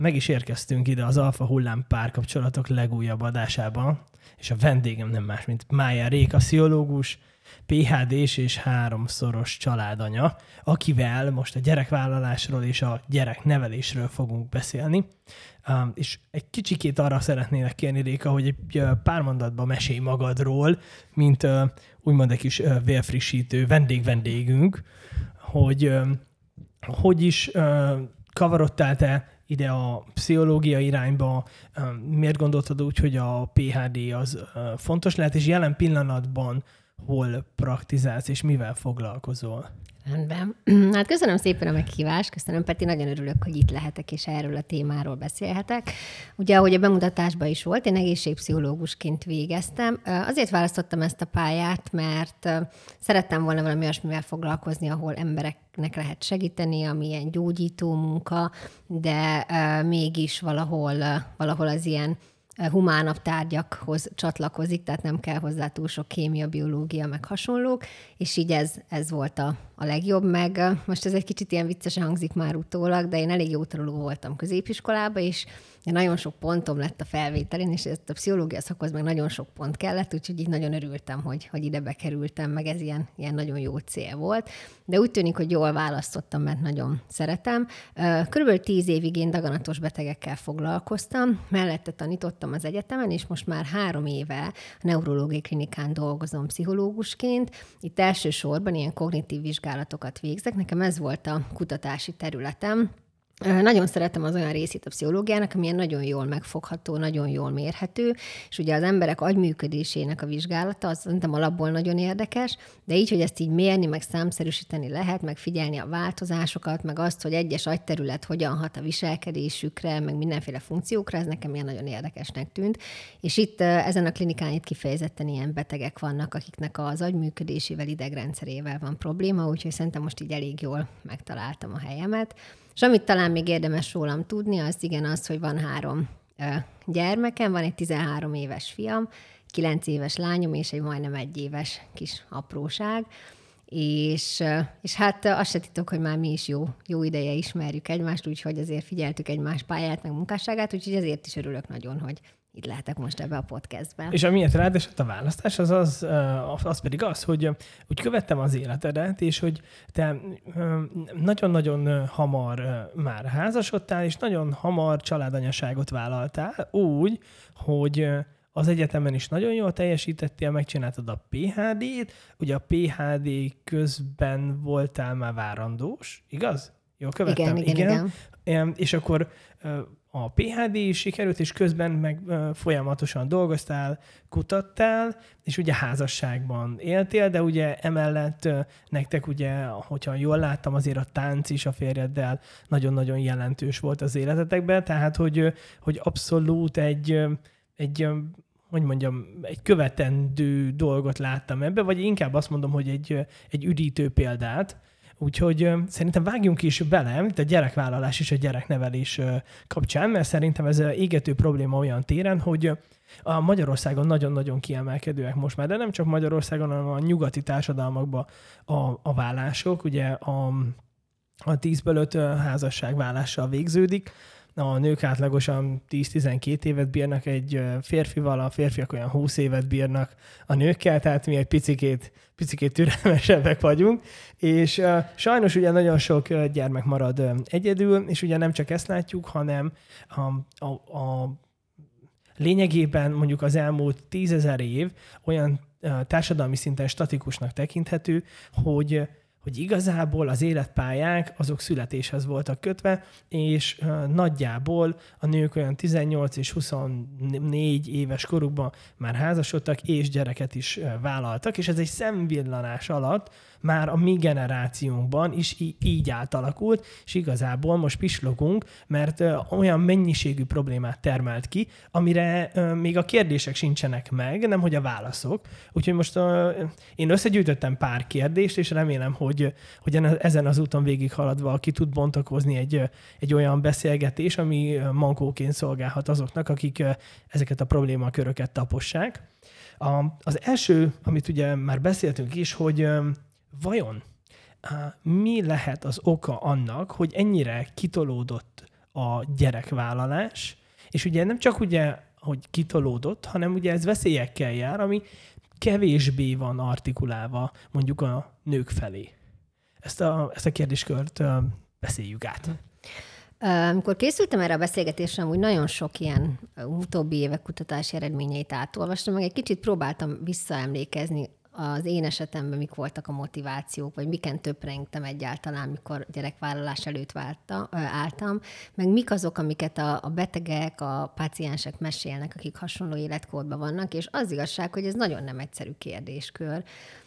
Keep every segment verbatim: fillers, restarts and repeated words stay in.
meg is érkeztünk ide az Alfa Hullám párkapcsolatok legújabb adásába, és a vendégem nem más, mint Májer Réka, pszichológus, pé há dés és háromszoros családanya, akivel most a gyerekvállalásról és a gyereknevelésről fogunk beszélni. Um, és egy kicsikét arra szeretnélek kérni, Réka, hogy egy pár mondatban mesélj magadról, mint uh, úgymond egy kis uh, vérfrissítő vendég-vendégünk, hogy uh, hogy is uh, kavarodtál te ide a pszichológia irányba, uh, miért gondoltad úgy, hogy a pé há dé az uh, fontos lehet, és jelen pillanatban hol praktizálsz, és mivel foglalkozol? Rendben. Hát köszönöm szépen a meghívást, köszönöm Peti, nagyon örülök, hogy itt lehetek, és erről a témáról beszélhetek. Ugye, ahogy a bemutatásban is volt, én egészségpszichológusként végeztem. Azért választottam ezt a pályát, mert szerettem volna valami olyasmivel foglalkozni, ahol embereknek lehet segíteni, ami ilyen gyógyító munka, de mégis valahol, valahol az ilyen humánabb tárgyakhoz csatlakozik, tehát nem kell hozzá túl sok kémia, biológia, meg hasonlók, és így ez, ez volt a, a legjobb, meg most ez egy kicsit ilyen viccesen hangzik már utólag, de én elég jó tanuló voltam középiskolában, és nagyon sok pontom lett a felvételén, és ezt a pszichológia szakhoz meg nagyon sok pont kellett, úgyhogy így nagyon örültem, hogy, hogy ide bekerültem, meg ez ilyen, ilyen nagyon jó cél volt. De úgy tűnik, hogy jól választottam, mert nagyon szeretem. Körülbelül tíz évig én daganatos betegekkel foglalkoztam, mellette tanítottam az egyetemen, és most már három éve a neurológiai klinikán dolgozom pszichológusként. Itt elsősorban ilyen kognitív vizsgálatokat végzek. Nekem ez volt a kutatási területem. Nagyon szeretem az olyan részét a pszichológiának, amilyen nagyon jól megfogható, nagyon jól mérhető, és ugye az emberek agyműködésének a vizsgálata, az szerintem alapból nagyon érdekes, de így, hogy ezt így mérni, meg számszerűsíteni lehet, meg figyelni a változásokat, meg azt, hogy egyes agyterület hogyan hat a viselkedésükre, meg mindenféle funkciókra, ez nekem ilyen nagyon érdekesnek tűnt. És itt ezen a klinikán itt kifejezetten ilyen betegek vannak, akiknek az agyműködésével, idegrendszerével van probléma, úgyhogy szerintem most így elég jól megtaláltam a helyemet. És amit talán még érdemes rólam tudni, az igen az, hogy van három ö, gyermekem, van egy tizenhárom éves fiam, kilenc éves lányom, és egy majdnem egy éves kis apróság. És, és hát azt se titok, hogy már mi is jó, jó ideje ismerjük egymást, úgyhogy azért figyeltük egymás pályát, meg munkásságát, úgyhogy ezért is örülök nagyon, hogy itt lehetek most ebbe a podcastben. És amiért rád esett a választás, az, az, az pedig az, hogy úgy követtem az életedet, és hogy te nagyon-nagyon hamar már házasodtál, és nagyon hamar családanyaságot vállaltál, úgy, hogy az egyetemen is nagyon jól teljesítettél, megcsináltad a pé há dét, ugye a pé há dé közben voltál már várandós, igaz? Jól követtem? Igen, igen, igen. igen. És akkor a pé há dé is sikerült, és közben meg folyamatosan dolgoztál, kutattál, és ugye házasságban éltél, de ugye emellett nektek ugye, hogyha jól láttam, azért a tánc is a férjeddel nagyon-nagyon jelentős volt az életetekben, tehát hogy, hogy abszolút egy, egy hogy mondjam, egy követendő dolgot láttam ebbe, vagy inkább azt mondom, hogy egy, egy üdítő példát. Úgyhogy uh, szerintem vágjunk is bele, itt a gyerekvállalás és a gyereknevelés uh, kapcsán, mert szerintem ez egy égető probléma olyan téren, hogy uh, a Magyarországon nagyon-nagyon kiemelkedőek most már, de nem csak Magyarországon, hanem a nyugati társadalmakban a, a vállások, ugye a, a tízből öt uh, házasságvállással végződik. A nők átlagosan tíz-tizenkét évet bírnak egy férfival, a férfiak olyan húsz évet bírnak a nőkkel, tehát mi egy picikét, picikét türelmesebbek vagyunk, és uh, sajnos ugye nagyon sok uh, gyermek marad uh, egyedül, és ugye nem csak ezt látjuk, hanem a, a, a lényegében mondjuk az elmúlt tízezer év olyan uh, társadalmi szinten statikusnak tekinthető, hogy hogy igazából az életpályák azok születéshez voltak kötve, és uh, nagyjából a nők olyan tizennyolc és huszonnégy éves korukban már házasodtak, és gyereket is uh, vállaltak, és ez egy szemvillanás alatt már a mi generációnkban is í- így átalakult, és igazából most pislogunk, mert uh, olyan mennyiségű problémát termelt ki, amire uh, még a kérdések sincsenek meg, nem hogy a válaszok. Úgyhogy most uh, én összegyűjtöttem pár kérdést, és remélem, hogy Hogy, hogy ezen az úton végighaladva ki tud bontakozni egy, egy olyan beszélgetés, ami mankóként szolgálhat azoknak, akik ezeket a problémaköröket tapossák. A, az első, amit ugye már beszéltünk is, hogy vajon mi lehet az oka annak, hogy ennyire kitolódott a gyerekvállalás, és ugye nem csak ugye, hogy kitolódott, hanem ugye ez veszélyekkel jár, ami kevésbé van artikulálva mondjuk a nők felé. Ezt a, ezt a kérdéskört uh, beszéljük át. Amikor készültem erre a beszélgetésre, úgy nagyon sok ilyen utóbbi évek kutatási eredményeit átolvastam, meg egy kicsit próbáltam visszaemlékezni az én esetemben, mik voltak a motivációk, vagy miken töprengtem egyáltalán, mikor gyerekvállalás előtt válta, álltam, meg mik azok, amiket a, a betegek, a páciensek mesélnek, akik hasonló életkorban vannak, és az igazság, hogy ez nagyon nem egyszerű kérdéskör.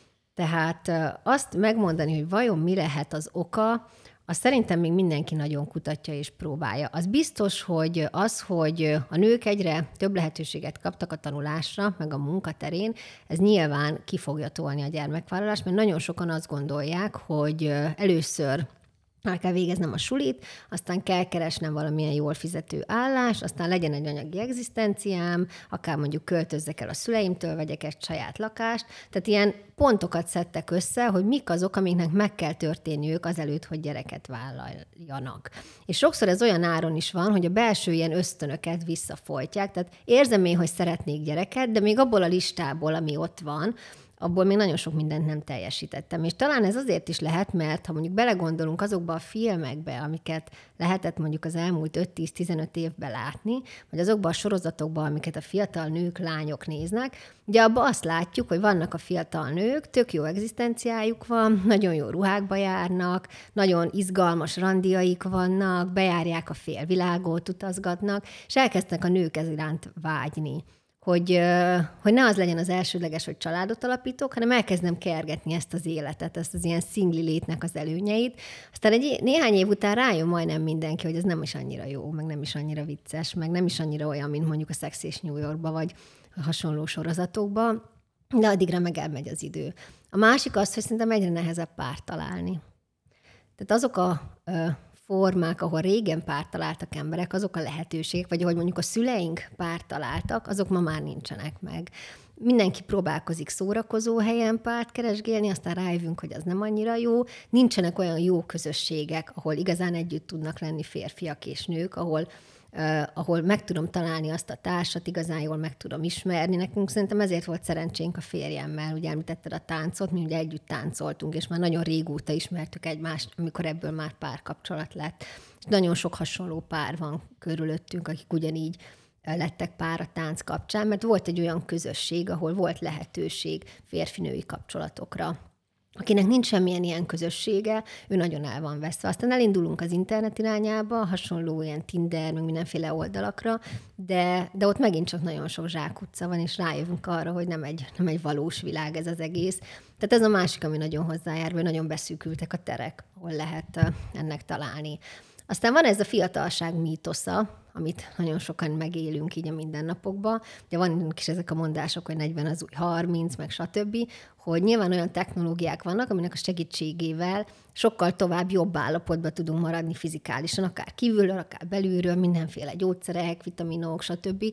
Tehát azt megmondani, hogy vajon mi lehet az oka, azt szerintem még mindenki nagyon kutatja és próbálja. Az biztos, hogy az, hogy a nők egyre több lehetőséget kaptak a tanulásra, meg a munkaterén, ez nyilván ki fogja tolni a gyermekvállalást, mert nagyon sokan azt gondolják, hogy először el kell végeznem a sulit, aztán kell keresnem valamilyen jól fizető állást, aztán legyen egy anyagi egzisztenciám, akár mondjuk költözzek el a szüleimtől, vegyek egy saját lakást. Tehát ilyen pontokat szedtek össze, hogy mik azok, amiknek meg kell történniük azelőtt, hogy gyereket vállaljanak. És sokszor ez olyan áron is van, hogy a belső ilyen ösztönöket visszafolytják. Tehát érzem én, hogy szeretnék gyereket, de még abból a listából, ami ott van, abból még nagyon sok mindent nem teljesítettem. És talán ez azért is lehet, mert ha mondjuk belegondolunk azokba a filmekbe, amiket lehetett mondjuk az elmúlt öt-tíz-tizenöt évben látni, vagy azokba a sorozatokba, amiket a fiatal nők, lányok néznek, ugye abban azt látjuk, hogy vannak a fiatal nők, tök jó egzisztenciájuk van, nagyon jó ruhákba járnak, nagyon izgalmas randiaik vannak, bejárják a félvilágot, utazgatnak, és elkezdtek a nők ez iránt vágyni. Hogy, hogy ne az legyen az elsődleges, hogy családot alapítok, hanem elkezdem kergetni ezt az életet, ezt az ilyen szingli létnek az előnyeit. Aztán egy néhány év után rájön majdnem mindenki, hogy ez nem is annyira jó, meg nem is annyira vicces, meg nem is annyira olyan, mint mondjuk a Sex és New Yorkba, vagy a hasonló sorozatokba, de addigra meg elmegy az idő. A másik az, hogy szerintem egyre nehezebb párt találni. Tehát azok a formák, ahol régen párt találtak emberek, azok a lehetőségek, vagy ahogy mondjuk a szüleink párt találtak, azok ma már nincsenek meg. Mindenki próbálkozik szórakozó helyen párt keresgélni, aztán rájövünk, hogy az nem annyira jó. Nincsenek olyan jó közösségek, ahol igazán együtt tudnak lenni férfiak és nők, ahol Uh, ahol meg tudom találni azt a társat, igazán jól meg tudom ismerni. Nekünk szerintem ezért volt szerencsénk a férjemmel, ugye említetted a táncot, mi ugye együtt táncoltunk, és már nagyon régóta ismertük egymást, amikor ebből már párkapcsolat lett. És nagyon sok hasonló pár van körülöttünk, akik ugyanígy lettek pár a tánc kapcsán, mert volt egy olyan közösség, ahol volt lehetőség férfi-női kapcsolatokra. Akinek nincs semmilyen ilyen közössége, ő nagyon el van veszve. Aztán elindulunk az internet irányába, hasonló ilyen Tinder, meg mindenféle oldalakra, de, de ott megint csak nagyon sok zsákutca van, és rájövünk arra, hogy nem egy, nem egy valós világ ez az egész. Tehát ez a másik, ami nagyon hozzájár, hogy nagyon beszűkültek a terek, ahol lehet ennek találni. Aztán van ez a fiatalság mítosza, amit nagyon sokan megélünk így a mindennapokban. Ugye vannak is ezek a mondások, hogy negyven az új harminc, meg stb., hogy nyilván olyan technológiák vannak, aminek a segítségével sokkal tovább jobb állapotban tudunk maradni fizikálisan, akár kívülről, akár belülről, mindenféle gyógyszerek, vitaminok, stb.,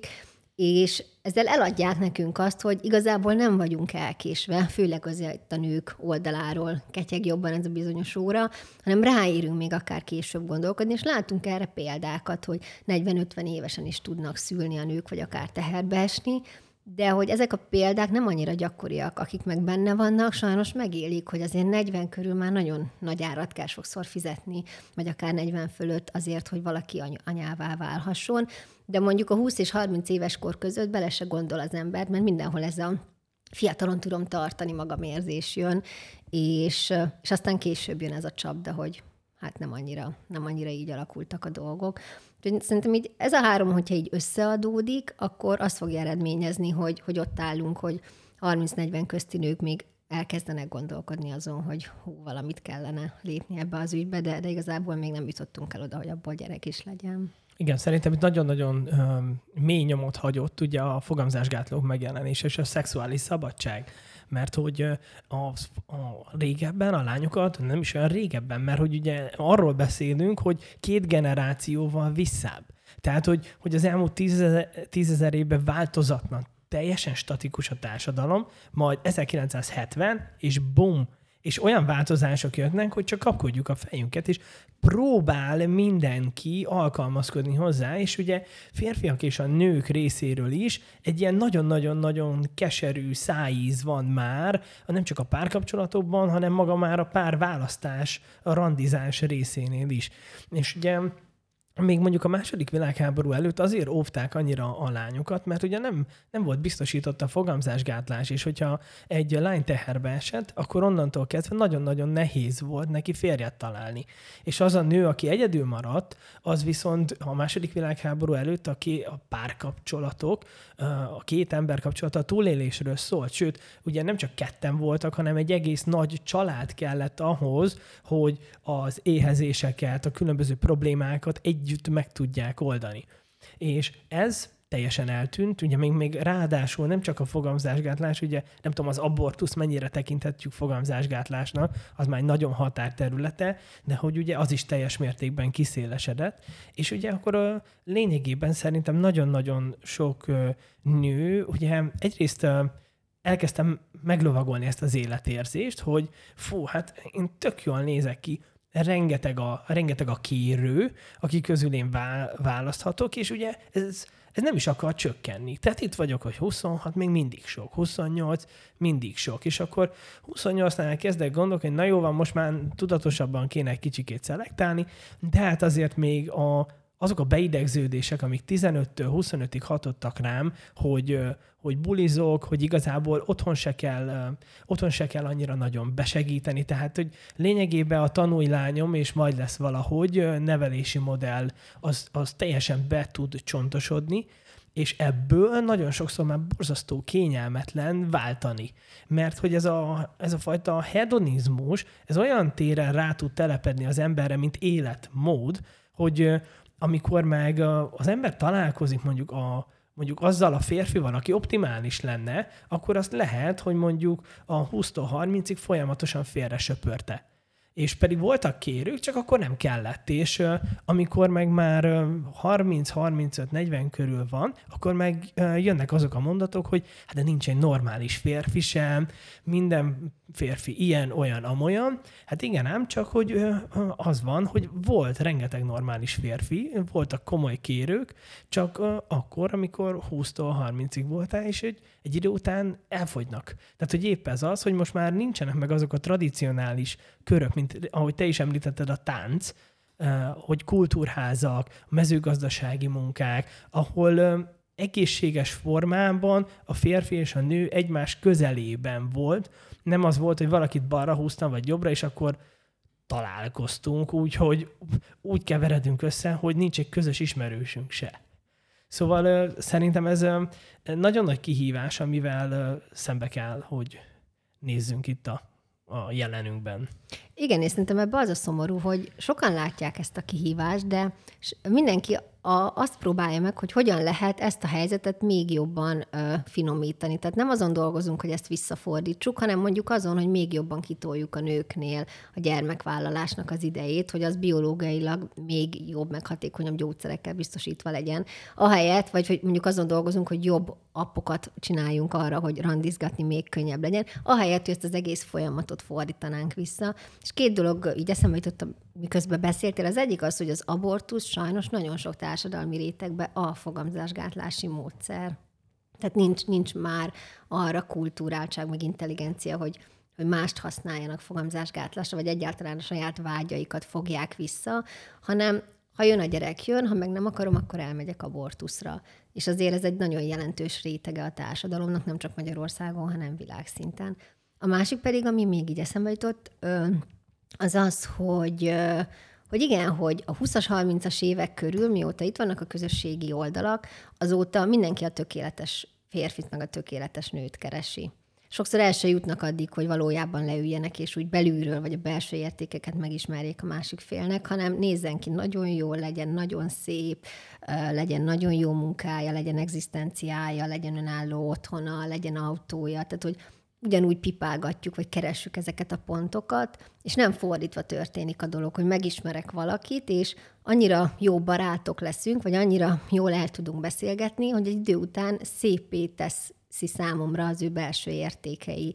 és ezzel eladják nekünk azt, hogy igazából nem vagyunk elkésve, főleg azért a nők oldaláról ketyeg jobban ez a bizonyos óra, hanem ráérünk még akár később gondolkodni, és látunk erre példákat, hogy negyven-ötven évesen is tudnak szülni a nők, vagy akár teherbe esni, de hogy ezek a példák nem annyira gyakoriak, akik meg benne vannak, sajnos megélik, hogy azért negyven körül már nagyon nagy árat kell sokszor fizetni, vagy akár negyven fölött azért, hogy valaki any- anyává válhasson. De mondjuk a húsz és harminc éves kor között bele se gondol az ember, mert mindenhol ez a fiatalon tudom tartani magam érzés jön, és, és aztán később jön ez a csapda, hogy hát nem annyira, nem annyira így alakultak a dolgok. Úgyhogy szerintem így ez a három, hogyha így összeadódik, akkor azt fogja eredményezni, hogy, hogy ott állunk, hogy harminc-negyven közti nők még elkezdenek gondolkodni azon, hogy hú, valamit kellene lépni ebbe az ügybe, de, de igazából még nem jutottunk el oda, hogy abból gyerek is legyen. Igen, szerintem itt nagyon-nagyon um, mély nyomot hagyott ugye a fogamzásgátlók megjelenése és a szexuális szabadság. Mert hogy a, a régebben a lányokat, nem is olyan régebben, mert hogy ugye arról beszélünk, hogy két generációval visszább. Tehát, hogy, hogy az elmúlt tízezer, tízezer évben változatlan, teljesen statikus a társadalom, majd ezerkilencszázhetven, és bum, És olyan változások jönnek, hogy csak kapkodjuk a fejünket, és próbál mindenki alkalmazkodni hozzá, és ugye férfiak és a nők részéről is egy ilyen nagyon-nagyon-nagyon keserű szájíz van már, nem csak a párkapcsolatokban, hanem maga már a párválasztás, a randizás részénél is. És ugye még mondjuk a második világháború előtt azért óvták annyira a lányokat, mert ugye nem, nem volt biztosított a fogamzásgátlás, és hogyha egy lány teherbe esett, akkor onnantól kezdve nagyon-nagyon nehéz volt neki férjet találni. És az a nő, aki egyedül maradt, az viszont a második világháború előtt a, ké, a párkapcsolatok, a két ember kapcsolata a túlélésről szólt. Sőt, ugye nem csak ketten voltak, hanem egy egész nagy család kellett ahhoz, hogy az éhezéseket, a különböző problémákat együtt meg tudják oldani. És ez teljesen eltűnt, ugye még, még ráadásul nem csak a fogamzásgátlás, ugye nem tudom, az abortusz mennyire tekinthetjük fogamzásgátlásnak, az már egy nagyon határterülete, de hogy ugye az is teljes mértékben kiszélesedett, és ugye akkor a lényegében szerintem nagyon-nagyon sok nő, ugye egyrészt elkezdtem meglovagolni ezt az életérzést, hogy fú, hát én tök jól nézek ki, rengeteg a, rengeteg a kérő, aki közül én választhatok, és ugye ez, ez nem is akar csökkenni. Tehát itt vagyok, hogy huszonhat, még mindig sok, huszonnyolc, mindig sok, és akkor huszonnyolcnál kezdek gondolkodni, na jó van, most már tudatosabban kéne egy kicsikét szelektálni, de hát azért még a, azok a beidegződések, amik tizenöttől huszonötig hatottak rám, hogy, hogy bulizok, hogy igazából otthon se kell, otthon se kell annyira nagyon besegíteni. Tehát, hogy lényegében a tanulj lányom, és majd lesz valahogy nevelési modell, az, az teljesen be tud csontosodni, és ebből nagyon sokszor már borzasztó kényelmetlen váltani. Mert hogy ez a, ez a fajta hedonizmus, ez olyan téren rá tud telepedni az emberre, mint életmód, hogy amikor meg az ember találkozik mondjuk, a, mondjuk azzal a férfival, aki optimális lenne, akkor azt lehet, hogy mondjuk a húsztól harmincig folyamatosan félre söpörte. És pedig voltak kérők, csak akkor nem kellett. És amikor meg már harminc harmincöt negyven körül van, akkor meg jönnek azok a mondatok, hogy hát de nincs egy normális férfi sem, minden férfi ilyen, olyan, amolyan. Hát igen ám, csak hogy az van, hogy volt rengeteg normális férfi, voltak komoly kérők, csak akkor, amikor húsztól harmincig voltál, és egy, egy idő után elfogynak. Tehát, hogy épp ez az, hogy most már nincsenek meg azok a tradicionális körök, mint ahogy te is említetted, a tánc, hogy kultúrházak, mezőgazdasági munkák, ahol egészséges formában a férfi és a nő egymás közelében volt. Nem az volt, hogy valakit balra húztam, vagy jobbra, és akkor találkoztunk, úgyhogy úgy keveredünk össze, hogy nincs egy közös ismerősünk se. Szóval szerintem ez nagyon nagy kihívás, amivel szembe kell, hogy nézzünk itt a, a jelenünkben. Igen, és szerintem ebben az a szomorú, hogy sokan látják ezt a kihívást, de mindenki a, azt próbálja meg, hogy hogyan lehet ezt a helyzetet még jobban ö, finomítani. Tehát nem azon dolgozunk, hogy ezt visszafordítsuk, hanem mondjuk azon, hogy még jobban kitoljuk a nőknél a gyermekvállalásnak az idejét, hogy az biológiailag még jobb, meg hatékonyabb gyógyszerekkel biztosítva legyen. Ahelyett, vagy hogy mondjuk azon dolgozunk, hogy jobb appokat csináljunk arra, hogy randizgatni még könnyebb legyen, ahelyett, hogy ezt az egész folyamatot fordítanánk vissza. És két dolog így eszembe jutott, miközben beszéltél. Az egyik az, hogy az abortusz sajnos nagyon sok társadalmi rétegben a fogamzásgátlási módszer. Tehát nincs, nincs már arra kultúráltság, meg intelligencia, hogy, hogy mást használjanak fogamzásgátlásra, vagy egyáltalán a saját vágyaikat fogják vissza, hanem ha jön a gyerek, jön, ha meg nem akarom, akkor elmegyek abortuszra. És azért ez egy nagyon jelentős rétege a társadalomnak, nem csak Magyarországon, hanem világszinten. A másik pedig, ami még így eszembe jutott, az az, hogy, hogy igen, hogy a húszas, harmincas évek körül, mióta itt vannak a közösségi oldalak, azóta mindenki a tökéletes férfit, meg a tökéletes nőt keresi. Sokszor el se jutnak addig, hogy valójában leüljenek, és úgy belülről, vagy a belső értékeket megismerjék a másik félnek, hanem nézzen ki nagyon jól, legyen nagyon szép, legyen nagyon jó munkája, legyen egzisztenciája, legyen önálló otthona, legyen autója, tehát hogy ugyanúgy pipálgatjuk, vagy keressük ezeket a pontokat, és nem fordítva történik a dolog, hogy megismerek valakit, és annyira jó barátok leszünk, vagy annyira jól el tudunk beszélgetni, hogy egy idő után szépé teszi számomra az ő belső értékei,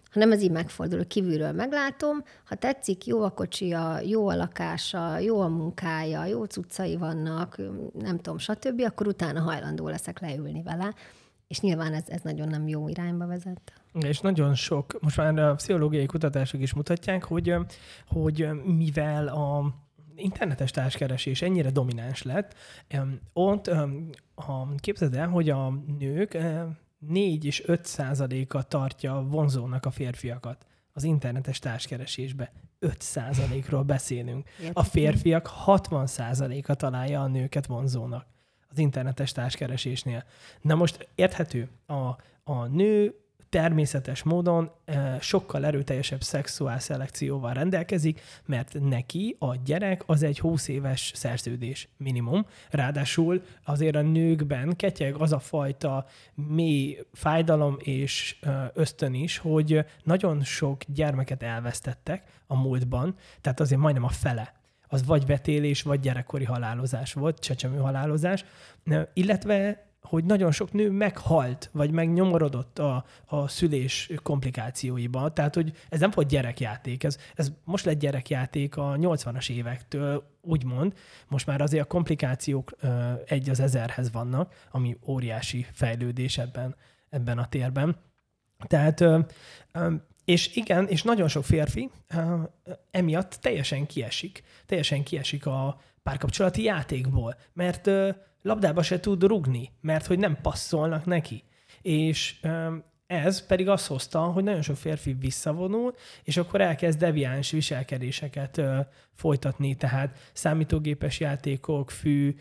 hanem ez így megfordul, kívülről meglátom, ha tetszik, jó a kocsia, jó a lakása, jó a munkája, jó cuccai vannak, nem tudom, stb., akkor utána hajlandó leszek leülni vele, és nyilván ez, ez nagyon nem jó irányba vezet. És nagyon sok, most már a pszichológiai kutatások is mutatják, hogy, hogy mivel a internetes társkeresés ennyire domináns lett, ott ha képzeld el, hogy a nők négy és öt százaléka tartja vonzónak a férfiakat az internetes társkeresésbe. öt százalékról beszélünk. A férfiak hatvan százaléka találja a nőket vonzónak az internetes társkeresésnél. Na most érthető, a, a nő természetes módon e, sokkal erőteljesebb szexuál szelekcióval rendelkezik, mert neki a gyerek az egy húsz éves szerződés minimum. Ráadásul azért a nőkben ketyeg az a fajta mély fájdalom és e, ösztön is, hogy nagyon sok gyermeket elvesztettek a múltban, tehát azért majdnem a fele. Az vagy vetélés, vagy gyerekkori halálozás volt, csecsemő halálozás, illetve hogy nagyon sok nő meghalt, vagy megnyomorodott a, a szülés komplikációiba. Tehát, hogy ez nem volt gyerekjáték, ez, ez most lett gyerekjáték a nyolcvanas évektől, úgymond. Most már azért a komplikációk ö, egy az ezerhez vannak, ami óriási fejlődés ebben, ebben a térben. Tehát, ö, ö, és igen, és nagyon sok férfi ö, emiatt teljesen kiesik. Teljesen kiesik a párkapcsolati játékból, mert ö, labdába se tud rugni, mert hogy nem passzolnak neki. És ez pedig azt hozta, hogy nagyon sok férfi visszavonul, és akkor elkezd deviáns viselkedéseket folytatni, tehát számítógépes játékok, fű,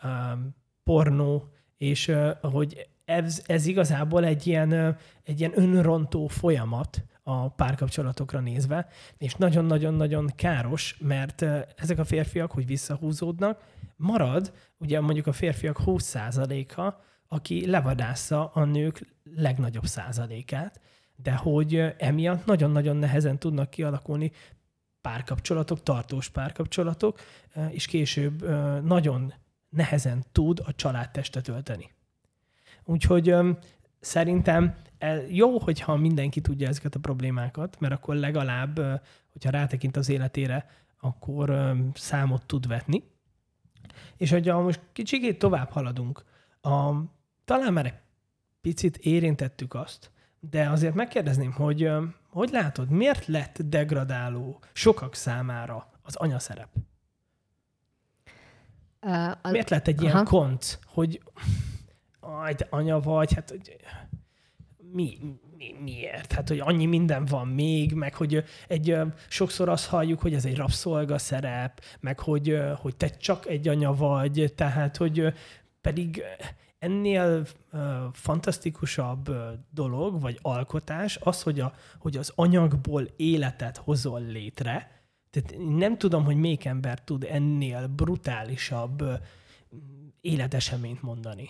pornó, és hogy ez, ez igazából egy ilyen, egy ilyen önrontó folyamat a párkapcsolatokra nézve, és nagyon-nagyon-nagyon káros, mert ezek a férfiak, hogy visszahúzódnak, marad, ugye mondjuk a férfiak húsz százaléka, aki levadásza a nők legnagyobb százalékát, de hogy emiatt nagyon-nagyon nehezen tudnak kialakulni párkapcsolatok, tartós párkapcsolatok, és később nagyon nehezen tud a család testet ölteni. Úgyhogy szerintem jó, hogyha mindenki tudja ezeket a problémákat, mert akkor legalább, hogyha rátekint az életére, akkor számot tud vetni. És hogyha most kicsikét tovább haladunk, a, talán már egy picit érintettük azt, de azért megkérdezném, hogy hogy látod, miért lett degradáló sokak számára az anyaszerep? Uh, az... Miért lett egy ilyen konc, hogy aj, te anya vagy, hát hogy mi, mi, miért? Hát, hogy annyi minden van még, meg hogy egy, sokszor azt halljuk, hogy ez egy rabszolga szerep, meg hogy, hogy te csak egy anya vagy, tehát, hogy pedig ennél uh, fantasztikusabb uh, dolog, vagy alkotás az, hogy, a, hogy az anyagból életet hozol létre. Tehát nem tudom, hogy melyik ember tud ennél brutálisabb uh, életeseményt mondani.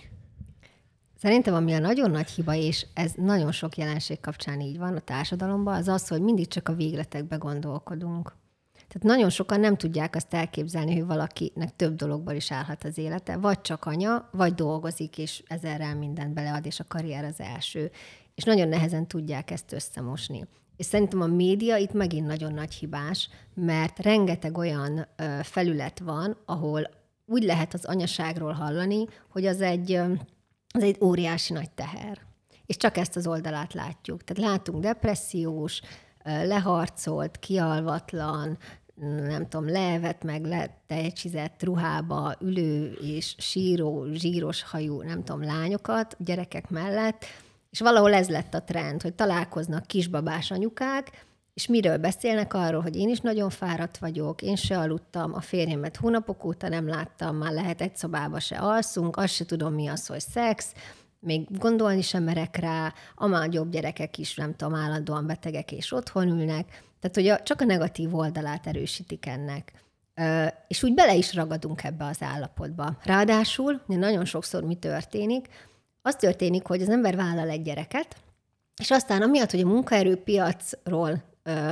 Szerintem ami a nagyon nagy hiba, és ez nagyon sok jelenség kapcsán így van a társadalomban, az az, hogy mindig csak a végletekbe gondolkodunk. Tehát nagyon sokan nem tudják azt elképzelni, hogy valakinek több dologból is állhat az élete, vagy csak anya, vagy dolgozik, és ezerrel mindent belead, és a karrier az első. És nagyon nehezen tudják ezt összemosni. És szerintem a média itt megint nagyon nagy hibás, mert rengeteg olyan ö, felület van, ahol úgy lehet az anyaságról hallani, hogy az egy... Ö, Ez egy óriási nagy teher. És csak ezt az oldalát látjuk. Tehát látunk depressziós, leharcolt, kialvatlan, nem tudom, leevett meg, letejcsizett ruhába ülő és síró, zsíros hajú, nem tudom, lányokat gyerekek mellett, és valahol ez lett a trend, hogy találkoznak kisbabás anyukák, és miről beszélnek? Arról, hogy én is nagyon fáradt vagyok, én se aludtam, a férjemet hónapok óta nem láttam, már lehet egy szobába se alszunk, azt se tudom, mi az, hogy szex, még gondolni sem merek rá, a nagyobb gyerekek is, nem tudom, állandóan betegek és otthon ülnek. Tehát, hogy a, csak a negatív oldalát erősítik ennek. Ö, és úgy bele is ragadunk ebbe az állapotba. Ráadásul, nagyon sokszor mi történik? Az történik, hogy az ember vállal egy gyereket, és aztán amiatt, hogy a munkaerőpiacról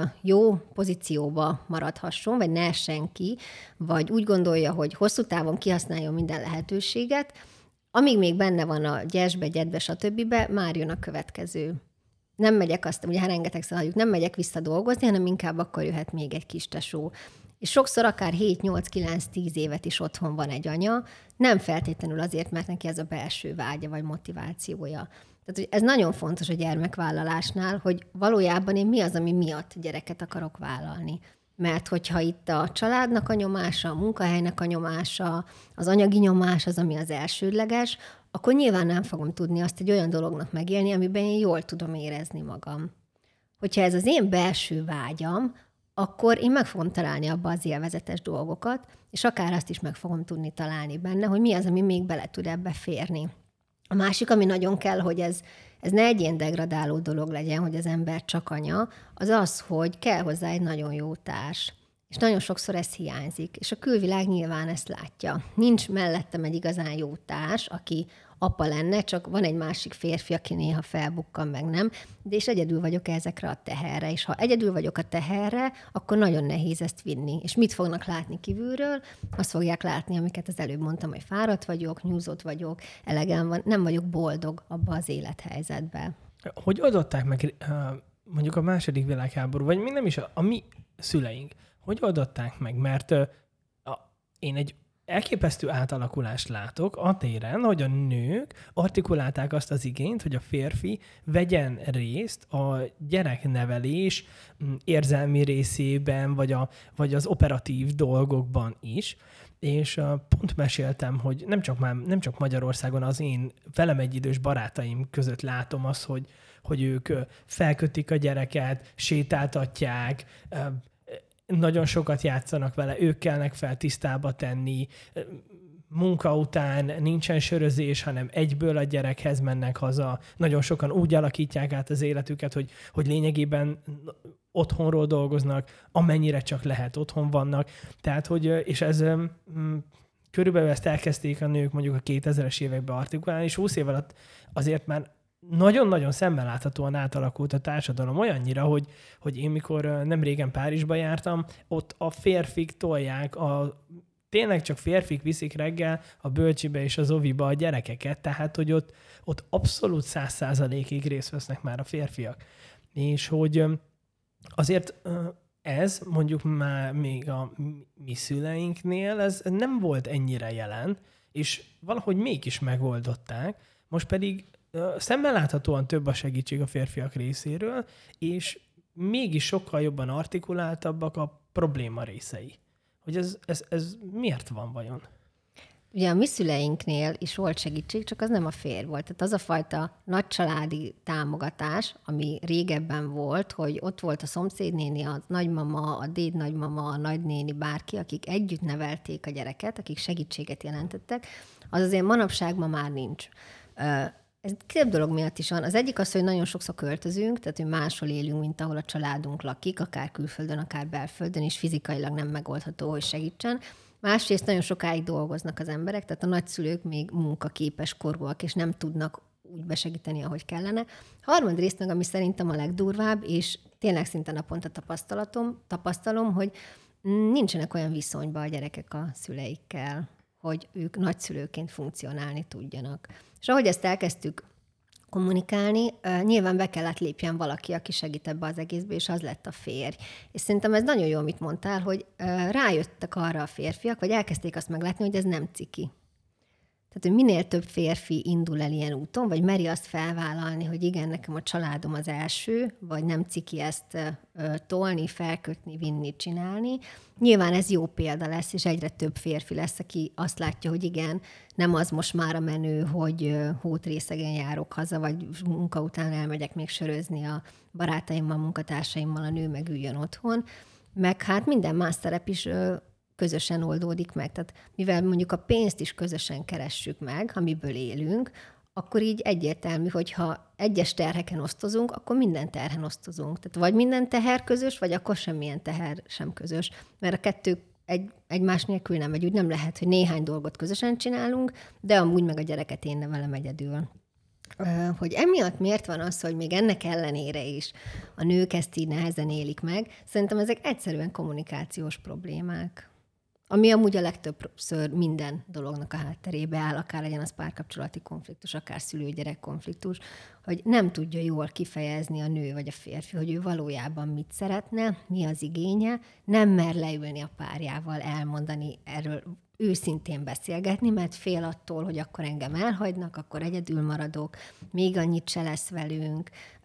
jó pozícióba maradhasson, vagy ne essen ki, vagy úgy gondolja, hogy hosszú távon kihasználjon minden lehetőséget, amíg még benne van a gyesbe, gyedbe, stb., már jön a következő nem megyek azt, ugye hát rengetegszer halljuk, nem megyek vissza dolgozni, hanem inkább akkor jöhet még egy kis tesó. És sokszor akár hét nyolc kilenc tíz évet is otthon van egy anya, nem feltétlenül azért, mert neki ez a belső vágya vagy motivációja. Tehát hogy ez nagyon fontos a gyermekvállalásnál, hogy valójában én mi az, ami miatt gyereket akarok vállalni. Mert hogyha itt a családnak a nyomása, a munkahelynek a nyomása, az anyagi nyomás az, ami az elsődleges, akkor nyilván nem fogom tudni azt egy olyan dolognak megélni, amiben én jól tudom érezni magam. Hogyha ez az én belső vágyam, akkor én meg fogom találni abba az élvezetes dolgokat, és akár azt is meg fogom tudni találni benne, hogy mi az, ami még bele tud ebbe férni. A másik, ami nagyon kell, hogy ez, ez ne egy ilyen degradáló dolog legyen, hogy az ember csak anya, az az, hogy kell hozzá egy nagyon jó társ. És nagyon sokszor ez hiányzik, és a külvilág nyilván ezt látja. Nincs mellettem egy igazán jó társ, aki apa lenne, csak van egy másik férfi, aki néha felbukkan, meg nem, de és egyedül vagyok ezekre a teherre, és ha egyedül vagyok a teherre, akkor nagyon nehéz ezt vinni. És mit fognak látni kívülről? Azt fogják látni, amiket az előbb mondtam, hogy fáradt vagyok, nyúzott vagyok, elegem van, nem vagyok boldog abba az élethelyzetben. Hogy adották meg mondjuk a második világháború, vagy még nem is a, a mi szüleink, hogy adották meg? Mert a, én egy elképesztő átalakulást látok a téren, hogy a nők artikulálták azt az igényt, hogy a férfi vegyen részt a gyereknevelés érzelmi részében, vagy, a, vagy az operatív dolgokban is. És uh, pont meséltem, hogy nem csak, már, nem csak Magyarországon az én velem egyidős barátaim között látom azt, hogy, hogy ők felkötik a gyereket, sétáltatják, uh, nagyon sokat játszanak vele, ők kellnek fel tisztába tenni, munka után nincsen sörözés, hanem egyből a gyerekhez mennek haza. Nagyon sokan úgy alakítják át az életüket, hogy, hogy lényegében otthonról dolgoznak, amennyire csak lehet otthon vannak. Tehát, hogy, és ez körülbelül ezt elkezdték a nők mondjuk a kétezres években artikulálni, és húsz év alatt azért már nagyon-nagyon szemmel láthatóan átalakult a társadalom olyannyira, hogy, hogy én mikor nem régen Párizsba jártam, ott a férfik tolják, a, tényleg csak férfik viszik reggel a bölcsibe és az oviba a gyerekeket, tehát hogy ott, ott abszolút száz százalékig részt vesznek már a férfiak. És hogy azért ez mondjuk már még a mi szüleinknél ez nem volt ennyire jelen, és valahogy mégis megoldották, most pedig szemmel láthatóan több a segítség a férfiak részéről, és mégis sokkal jobban artikuláltabbak a probléma részei. Hogy ez, ez, ez miért van vajon? Ugye a mi szüleinknél is volt segítség, csak az nem a férj volt. Tehát az a fajta nagycsaládi támogatás, ami régebben volt, hogy ott volt a szomszédnéni, a nagymama, a dédnagymama, a nagynéni, bárki, akik együtt nevelték a gyereket, akik segítséget jelentettek, az azért manapság ma már nincs. Ez több dolog miatt is van. Az egyik az, hogy nagyon sokszor költözünk, tehát hogy máshol élünk, mint ahol a családunk lakik, akár külföldön, akár belföldön, és fizikailag nem megoldható, hogy segítsen. Másrészt nagyon sokáig dolgoznak az emberek, tehát a nagyszülők még munkaképes korúak, és nem tudnak úgy besegíteni, ahogy kellene. Harmadrészt meg, ami szerintem a legdurvább, és tényleg szinte naponta tapasztalatom, tapasztalom, hogy nincsenek olyan viszonyban a gyerekek a szüleikkel, hogy ők nagyszülőként funkcionálni tudjanak. És ahogy ezt elkezdtük kommunikálni, nyilván be kellett lépjen valaki, aki segít ebbe az egészbe, és az lett a férj. És szerintem ez nagyon jó, amit mondtál, hogy rájöttek arra a férfiak, vagy elkezdték azt meglátni, hogy ez nem ciki. Tehát, hogy minél több férfi indul el ilyen úton, vagy meri azt felvállalni, hogy igen, nekem a családom az első, vagy nem ciki ezt ö, tolni, felkötni, vinni, csinálni. Nyilván ez jó példa lesz, és egyre több férfi lesz, aki azt látja, hogy igen, nem az most már a menő, hogy hótrészegen járok haza, vagy munka után elmegyek még sörözni a barátaimmal, munkatársaimmal, a nő meg üljön otthon. Meg hát minden más szerep is ö, közösen oldódik meg. Tehát mivel mondjuk a pénzt is közösen keressük meg, amiből élünk, akkor így egyértelmű, hogyha egyes terheken osztozunk, akkor minden terhen osztozunk. Tehát vagy minden teher közös, vagy akkor semmilyen teher sem közös. Mert a kettő egy, egymás nélkül nem megy. Úgy nem lehet, hogy néhány dolgot közösen csinálunk, de amúgy meg a gyereket én nevelem egyedül. Hogy emiatt miért van az, hogy még ennek ellenére is a nők ezt így nehezen élik meg, szerintem ezek egyszerűen kommunikációs problémák. ami amúgy a legtöbbször minden dolognak a hátterébe áll, akár legyen az párkapcsolati konfliktus, akár szülő-gyerek konfliktus, hogy nem tudja jól kifejezni a nő vagy a férfi, hogy ő valójában mit szeretne, mi az igénye, nem mer leülni a párjával, elmondani erről, őszintén beszélgetni, mert fél attól, hogy akkor engem elhagynak, akkor egyedül maradok, még annyit se lesz velünk,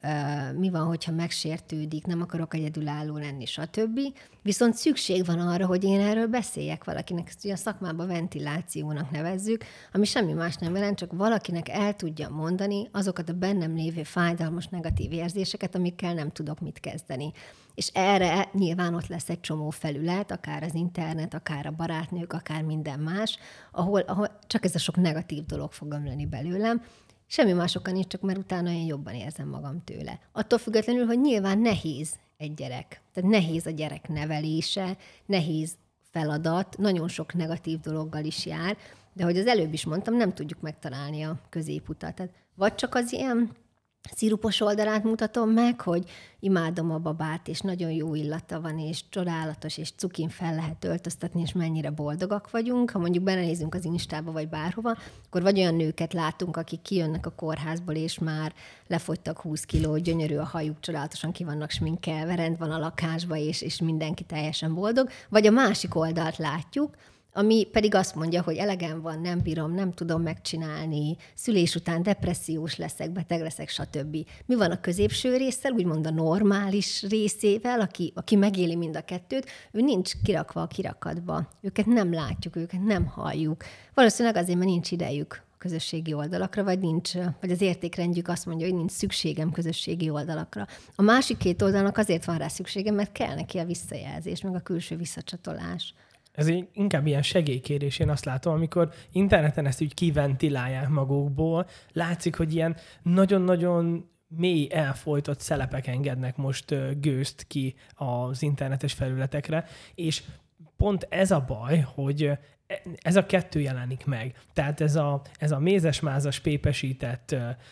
mi van, hogyha megsértődik, nem akarok egyedülálló lenni, stb. Viszont szükség van arra, hogy én erről beszéljek valakinek. Ezt ugye a szakmában ventilációnak nevezzük, ami semmi más nem jelent, csak valakinek el tudja mondani azokat a bennem lévő fájdalmas negatív érzéseket, amikkel nem tudok mit kezdeni. És erre nyilván ott lesz egy csomó felület, akár az internet, akár a barátnők, akár minden más, ahol, ahol csak ez a sok negatív dolog fog ömleni belőlem. Semmi másokkal nincs, csak mert utána én jobban érzem magam tőle. Attól függetlenül, hogy nyilván nehéz egy gyerek. Tehát nehéz a gyerek nevelése, nehéz feladat, nagyon sok negatív dologgal is jár, de hogy az előbb is mondtam, nem tudjuk megtalálni a középutat. Tehát vagy csak az ilyen szirupos oldalát mutatom meg, hogy imádom a babát, és nagyon jó illata van, és csodálatos, és cukin fel lehet öltöztetni, és mennyire boldogak vagyunk. Ha mondjuk belenézünk az Instába, vagy bárhova, akkor vagy olyan nőket látunk, akik kijönnek a kórházból, és már lefogytak húsz kiló, gyönyörű a hajuk, csodálatosan ki vannak sminkelve, rend van a lakásba, és, és mindenki teljesen boldog. Vagy a másik oldalt látjuk, ami pedig azt mondja, hogy elegem van, nem bírom, nem tudom megcsinálni, szülés után depressziós leszek, beteg leszek, stb. Mi van a középső résszel, úgymond a normális részével, aki, aki megéli mind a kettőt, ő nincs kirakva a kirakatba. Őket nem látjuk, őket nem halljuk. Valószínűleg azért, mert nincs idejük a közösségi oldalakra, vagy nincs, vagy az értékrendjük azt mondja, hogy nincs szükségem közösségi oldalakra. A másik két oldalnak azért van rá szükségem, mert kell neki a visszajelzés, meg a külső visszacsatolás. Ez inkább ilyen segélykérés, én azt látom, amikor interneten ezt úgy kiventilálják magukból, látszik, hogy ilyen nagyon-nagyon mély, elfojtott szelepek engednek most gőzt ki az internetes felületekre, és pont ez a baj, hogy ez a kettő jelenik meg. Tehát ez a, ez a mézes-mázas, pépesített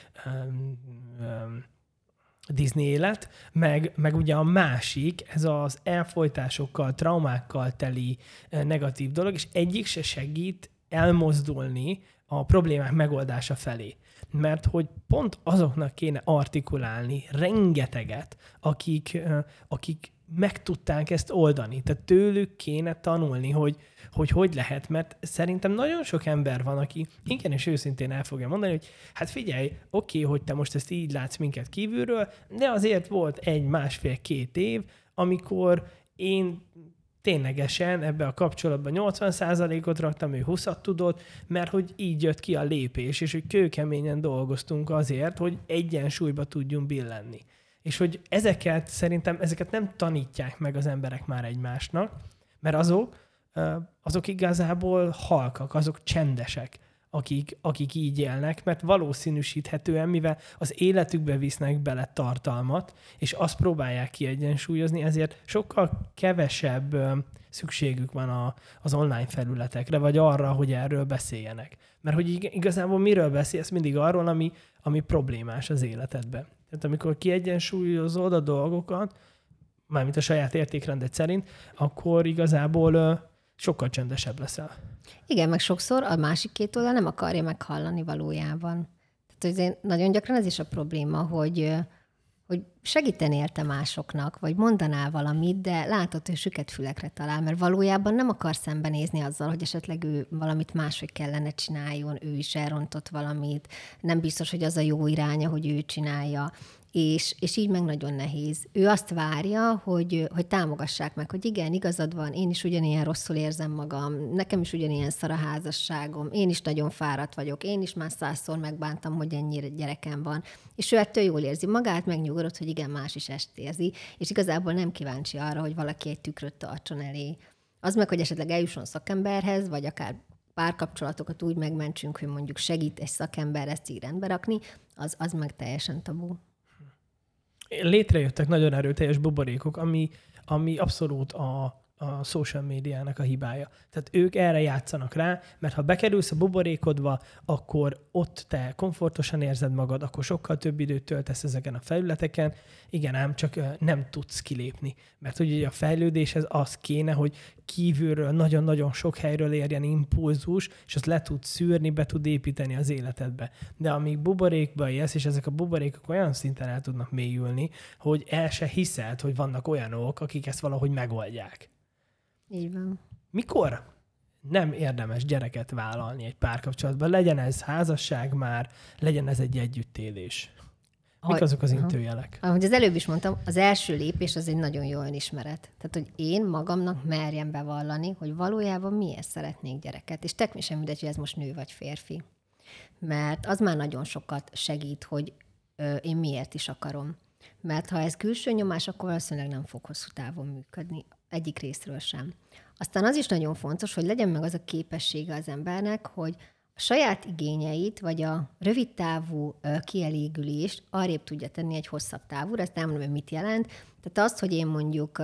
um, um, Disney élet, meg, meg ugye a másik, ez az elfojtásokkal, traumákkal teli negatív dolog, és egyik se segít elmozdulni a problémák megoldása felé. Mert hogy pont azoknak kéne artikulálni rengeteget, akik, akik meg tudták ezt oldani. Tehát tőlük kéne tanulni, hogy hogy hogy lehet, mert szerintem nagyon sok ember van, aki igenis őszintén el fogja mondani, hogy hát figyelj, oké, hogy te most ezt így látsz minket kívülről, de azért volt egy, másfél, két év, amikor én ténylegesen ebbe a kapcsolatban nyolcvan százalékot raktam, ő húszat tudott, mert hogy így jött ki a lépés, és hogy kőkeményen dolgoztunk azért, hogy egyensúlyba tudjunk billenni. És hogy ezeket szerintem, ezeket nem tanítják meg az emberek már egymásnak, mert azok, azok igazából halkak, azok csendesek, akik, akik így élnek, mert valószínűsíthetően, mivel az életükbe visznek bele tartalmat, és azt próbálják kiegyensúlyozni, ezért sokkal kevesebb szükségük van a, az online felületekre, vagy arra, hogy erről beszéljenek. Mert hogy igazából miről beszélsz? Mindig arról, ami, ami problémás az életedben. Tehát amikor kiegyensúlyozod a dolgokat, mármint a saját értékrendet szerint, akkor igazából sokkal csendesebb leszel. Igen, meg sokszor a másik két oldal nem akarja meghallani valójában. Tehát azért nagyon gyakran ez is a probléma, hogy, hogy segítenél te másoknak, vagy mondanál valamit, de látod, hogy süket fülekre talál, mert valójában nem akar szembenézni azzal, hogy esetleg ő valamit máshogy kellene csináljon, ő is elrontott valamit, nem biztos, hogy az a jó iránya, hogy ő csinálja. És, és így meg nagyon nehéz. Ő azt várja, hogy, hogy támogassák meg, hogy igen, igazad van, én is ugyanilyen rosszul érzem magam, nekem is ugyanilyen szar a házasságom, én is nagyon fáradt vagyok, én is már százszor megbántam, hogy ennyire gyerekem van. És ő ettől jól érzi magát, megnyugodott, hogy igen, más is ezt érzi, és igazából nem kíváncsi arra, hogy valaki egy tükröt tartson elé. Az meg, hogy esetleg eljusson szakemberhez, vagy akár párkapcsolatokat úgy megmentsünk, hogy mondjuk segít egy szakember ezt így rendbe rakni, az, az meg teljesen tabu. Létrejöttek nagyon erőteljes buborékok, ami, ami abszolút a, a social médiának a hibája. Tehát ők erre játszanak rá, mert ha bekerülsz a buborékodba, akkor ott te komfortosan érzed magad, akkor sokkal több időt töltesz ezeken a felületeken. Igen, ám csak nem tudsz kilépni. Mert ugye a fejlődéshez az kéne, hogy kívülről nagyon-nagyon sok helyről érjen impulzus, és azt le tud szűrni, be tud építeni az életedbe. De amíg buborékba élsz, és ezek a buborékok olyan szinten el tudnak mélyülni, hogy el se hiszed, hogy vannak olyanok, akik ezt valahogy megoldják. Így van. Mikor nem érdemes gyereket vállalni egy párkapcsolatban? Legyen ez házasság már, legyen ez egy együttélés. Mik azok az intőjelek? Ahogy az előbb is mondtam, az első lépés az egy nagyon jó önismeret. Tehát, hogy én magamnak merjem bevallani, hogy valójában miért szeretnék gyereket. És tekmi sem mindegy, hogy ez most nő vagy férfi. Mert az már nagyon sokat segít, hogy ö, én miért is akarom. Mert ha ez külső nyomás, akkor valószínűleg nem fog hosszú távon működni. Egyik részről sem. Aztán az is nagyon fontos, hogy legyen meg az a képessége az embernek, hogy a saját igényeit, vagy a rövidtávú kielégülést arrébb tudja tenni egy hosszabb távúra. Ezt elmondom, hogy mit jelent. Tehát azt, hogy én mondjuk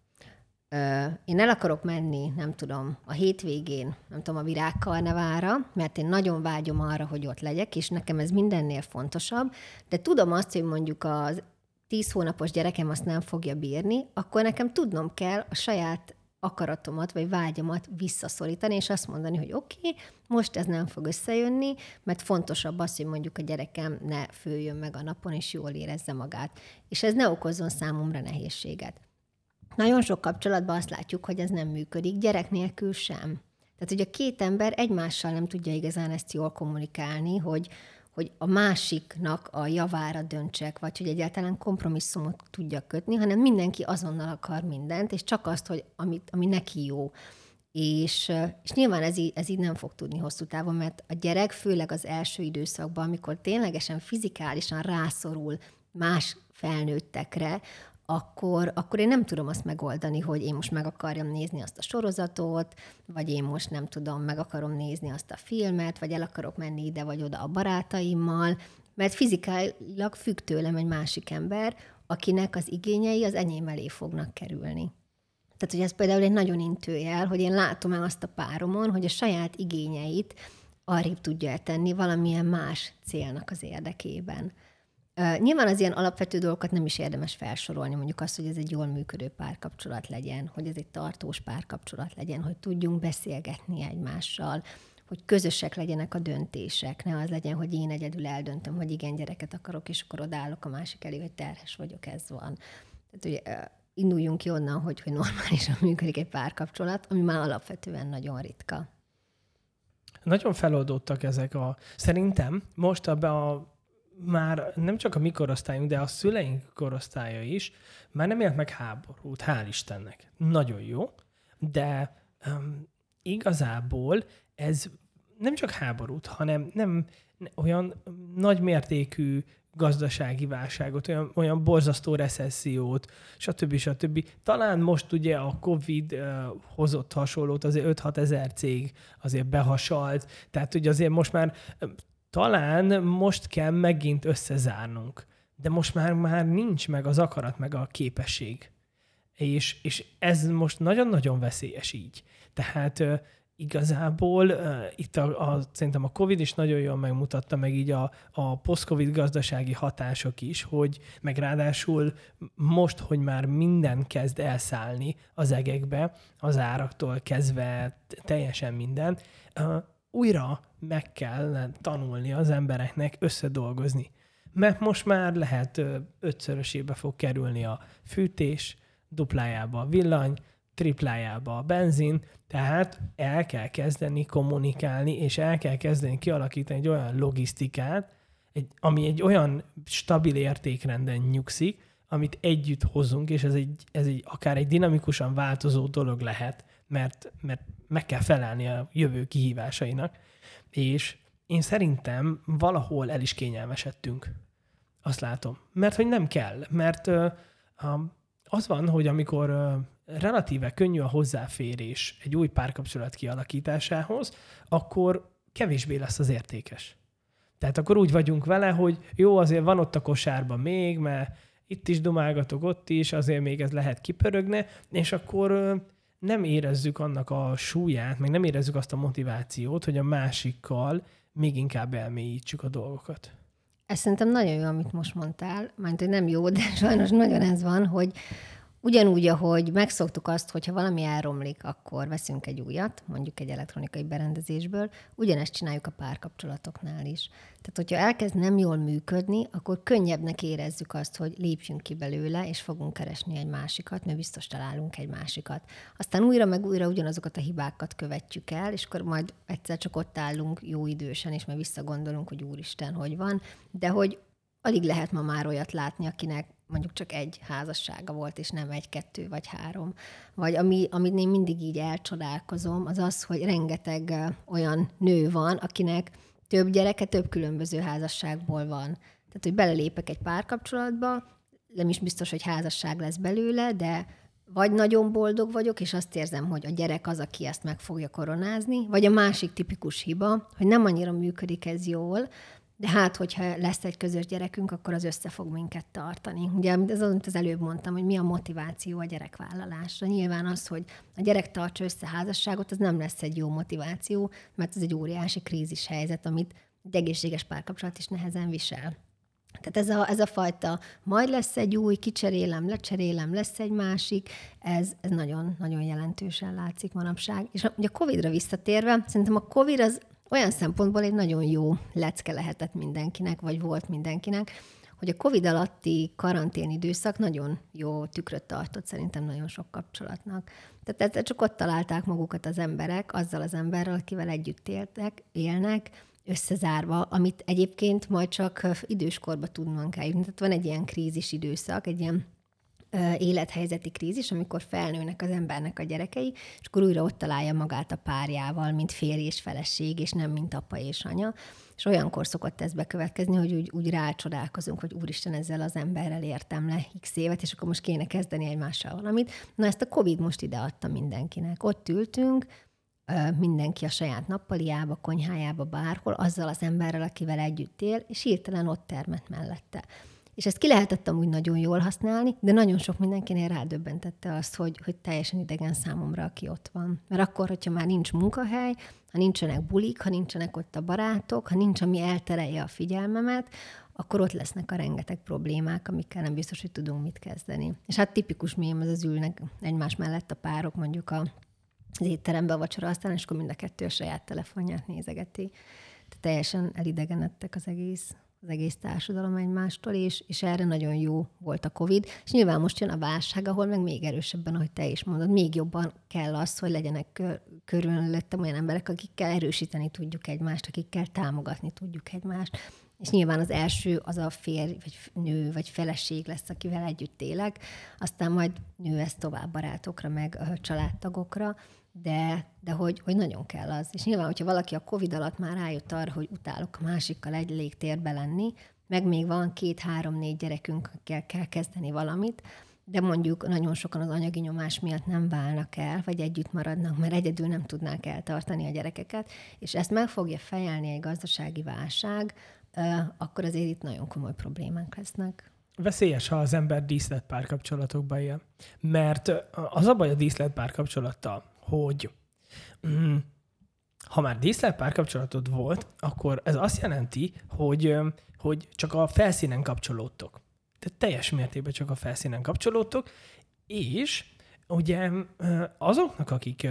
én el akarok menni, nem tudom, a hétvégén, nem tudom, a virágkarnevára, mert én nagyon vágyom arra, hogy ott legyek, és nekem ez mindennél fontosabb, de tudom azt, hogy mondjuk az tíz hónapos gyerekem azt nem fogja bírni, akkor nekem tudnom kell a saját akaratomat, vagy vágyamat visszaszorítani, és azt mondani, hogy oké, okay, most ez nem fog összejönni, mert fontosabb az, hogy mondjuk a gyerekem ne főjön meg a napon, és jól érezze magát. És ez ne okozzon számomra nehézséget. Nagyon sok kapcsolatban azt látjuk, hogy ez nem működik, gyerek nélkül sem. Tehát, hogy a két ember egymással nem tudja igazán ezt jól kommunikálni, hogy, hogy a másiknak a javára döntsek, vagy hogy egyáltalán kompromisszumot tudja kötni, hanem mindenki azonnal akar mindent, és csak azt, hogy amit, ami neki jó. És, és nyilván ez így, ez így nem fog tudni hosszú távon, mert a gyerek főleg az első időszakban, amikor ténylegesen fizikálisan rászorul más felnőttekre, Akkor, akkor én nem tudom azt megoldani, hogy én most meg akarjam nézni azt a sorozatot, vagy én most nem tudom, meg akarom nézni azt a filmet, vagy el akarok menni ide vagy oda a barátaimmal, mert fizikailag függ tőlem egy másik ember, akinek az igényei az enyém elé fognak kerülni. Tehát, hogy ez például egy nagyon intőjel, hogy én látom el azt a páromon, hogy a saját igényeit arrébb tudja eltenni valamilyen más célnak az érdekében. Uh, nyilván az ilyen alapvető dolgokat nem is érdemes felsorolni, mondjuk azt, hogy ez egy jól működő párkapcsolat legyen, hogy ez egy tartós párkapcsolat legyen, hogy tudjunk beszélgetni egymással, hogy közösek legyenek a döntések, ne az legyen, hogy én egyedül eldöntöm, hogy igen, gyereket akarok, és akkor odállok a másik elé, hogy terhes vagyok, ez van. Tehát ugye uh, induljunk ki onnan, hogy, hogy normálisan működik egy párkapcsolat, ami már alapvetően nagyon ritka. Nagyon feloldódtak ezek a... Szerintem most abban a már nem csak a mi korosztályunk, de a szüleink korosztálya is már nem élt meg háborút, hál' Istennek. Nagyon jó, de um, igazából ez nem csak háborút, hanem nem olyan nagymértékű gazdasági válságot, olyan, olyan borzasztó recessziót, stb. stb. Talán most ugye a Covid uh, hozott hasonlót, azért öt-hat ezer cég azért behasalt, tehát ugye azért most már talán most kell megint összezárnunk, de most már, már nincs meg az akarat, meg a képesség. És, és ez most nagyon-nagyon veszélyes így. Tehát uh, igazából uh, itt a, a, szerintem a Covid is nagyon jól megmutatta, meg így a, a post-Covid gazdasági hatások is, hogy meg ráadásul most, hogy már minden kezd elszállni az egekbe, az áraktól kezdve teljesen minden, uh, újra meg kell tanulni az embereknek összedolgozni. Mert most már lehet ötszörösébe fog kerülni a fűtés, duplájába a villany, triplájába a benzin, tehát el kell kezdeni kommunikálni, és el kell kezdeni kialakítani egy olyan logisztikát, egy, ami egy olyan stabil értékrenden nyugszik, amit együtt hozunk, és ez egy, ez egy akár egy dinamikusan változó dolog lehet, mert, mert meg kell felelni a jövő kihívásainak, és én szerintem valahol el is kényelmesedtünk. Azt látom. Mert hogy nem kell. Mert uh, um, az van, hogy amikor uh, relatíve könnyű a hozzáférés egy új párkapcsolat kialakításához, akkor kevésbé lesz az értékes. Tehát akkor úgy vagyunk vele, hogy jó, azért van ott a kosárban még, mert itt is dumálgatok, ott is, azért még ez lehet kipörögne, és akkor uh, nem érezzük annak a súlyát, meg nem érezzük azt a motivációt, hogy a másikkal még inkább elmélyítsük a dolgokat. Ez szerintem nagyon jó, amit most mondtál, mert hogy nem jó, de sajnos nagyon ez van, hogy ugyanúgy, ahogy megszoktuk azt, hogyha valami elromlik, akkor veszünk egy újat, mondjuk egy elektronikai berendezésből, ugyanezt csináljuk a párkapcsolatoknál is. Tehát, hogyha elkezd nem jól működni, akkor könnyebbnek érezzük azt, hogy lépjünk ki belőle, és fogunk keresni egy másikat, mert biztos találunk egy másikat. Aztán újra meg újra ugyanazokat a hibákat követjük el, és akkor majd egyszer csak ott állunk jó idősen, és majd visszagondolunk, hogy úristen, hogy van, de hogy alig lehet ma már olyat látni, akinek mondjuk csak egy házassága volt, és nem egy, kettő vagy három. Vagy ami, amit én mindig így elcsodálkozom, az az, hogy rengeteg olyan nő van, akinek több gyereke több különböző házasságból van. Tehát, hogy belelépek egy párkapcsolatba, nem is biztos, hogy házasság lesz belőle, de vagy nagyon boldog vagyok, és azt érzem, hogy a gyerek az, aki ezt meg fogja koronázni, vagy a másik tipikus hiba, hogy nem annyira működik ez jól, de hát, hogyha lesz egy közös gyerekünk, akkor az össze fog minket tartani. Ugye ez az, amit az előbb mondtam, hogy mi a motiváció a gyerekvállalásra. Nyilván az, hogy a gyerek tartsa össze házasságot, az nem lesz egy jó motiváció, mert ez egy óriási krízis helyzet, amit egy egészséges párkapcsolat is nehezen visel. Tehát ez a, ez a fajta, majd lesz egy új, kicserélem, lecserélem, lesz egy másik, ez, ez nagyon, nagyon jelentősen látszik manapság. És ugye a Covidra visszatérve, szerintem a Covid az olyan szempontból egy nagyon jó lecke lehetett mindenkinek, vagy volt mindenkinek, hogy a Covid alatti karantén időszak nagyon jó tükröt tartott szerintem nagyon sok kapcsolatnak. Tehát ezzel csak ott találták magukat az emberek, azzal az emberrel, akivel együtt éltek, élnek, összezárva, amit egyébként majd csak időskorba tudnunk eljutni. Tehát van egy ilyen krízis időszak, egy ilyen élethelyzeti krízis, amikor felnőnek az embernek a gyerekei, és akkor újra ott találja magát a párjával, mint férj és feleség, és nem mint apa és anya. És olyankor szokott ez bekövetkezni, hogy úgy, úgy rácsodálkozunk, hogy úristen, ezzel az emberrel értem le x évet, és akkor most kéne kezdeni egymással valamit. Na ezt a Covid most ide adta mindenkinek. Ott ültünk, mindenki a saját nappaliába, konyhájába, bárhol, azzal az emberrel, akivel együtt él, és hirtelen ott termett mellette. És ezt ki lehetett amúgy nagyon jól használni, de nagyon sok mindenkinél rádöbbentette azt, hogy, hogy teljesen idegen számomra, aki ott van. Mert akkor, hogyha már nincs munkahely, ha nincsenek bulik, ha nincsenek ott a barátok, ha nincs, ami elterelje a figyelmemet, akkor ott lesznek a rengeteg problémák, amikkel nem biztos, hogy tudunk mit kezdeni. És hát tipikus mém, az az ülnek egymás mellett a párok, mondjuk a az étterembe a vacsora aztán, és akkor mind a kettő a saját telefonját nézegeti. Tehát teljesen elidegenedtek az egész, az egész társadalom egymástól, és, és erre nagyon jó volt a Covid. És nyilván most jön a válság, ahol meg még erősebben, ahogy te is mondod, még jobban kell az, hogy legyenek kör, körülöttem olyan emberek, akikkel erősíteni tudjuk egymást, akikkel támogatni tudjuk egymást. És nyilván az első az a férj, vagy nő, vagy feleség lesz, akivel együtt élek, aztán majd nő ez tovább barátokra, meg családtagokra, de, de hogy, hogy nagyon kell az. És nyilván, hogyha valaki a Covid alatt már rájött arra, hogy utálok a másikkal egy légtérbe lenni, meg még van két-három-négy gyerekünk, akikkel kell kezdeni valamit, de mondjuk nagyon sokan az anyagi nyomás miatt nem válnak el, vagy együtt maradnak, mert egyedül nem tudnák eltartani a gyerekeket, és ezt meg fogja fejelni egy gazdasági válság, akkor azért itt nagyon komoly problémák lesznek. Veszélyes, ha az ember díszlet párkapcsolatokba él. Mert az a baj a díszlet párkapcsolattal, hogy mm, ha már díszlet párkapcsolatod volt, akkor ez azt jelenti, hogy, hogy csak a felszínen kapcsolódtok. Tehát teljes mértékben csak a felszínen kapcsolódtok, és ugye azoknak, akik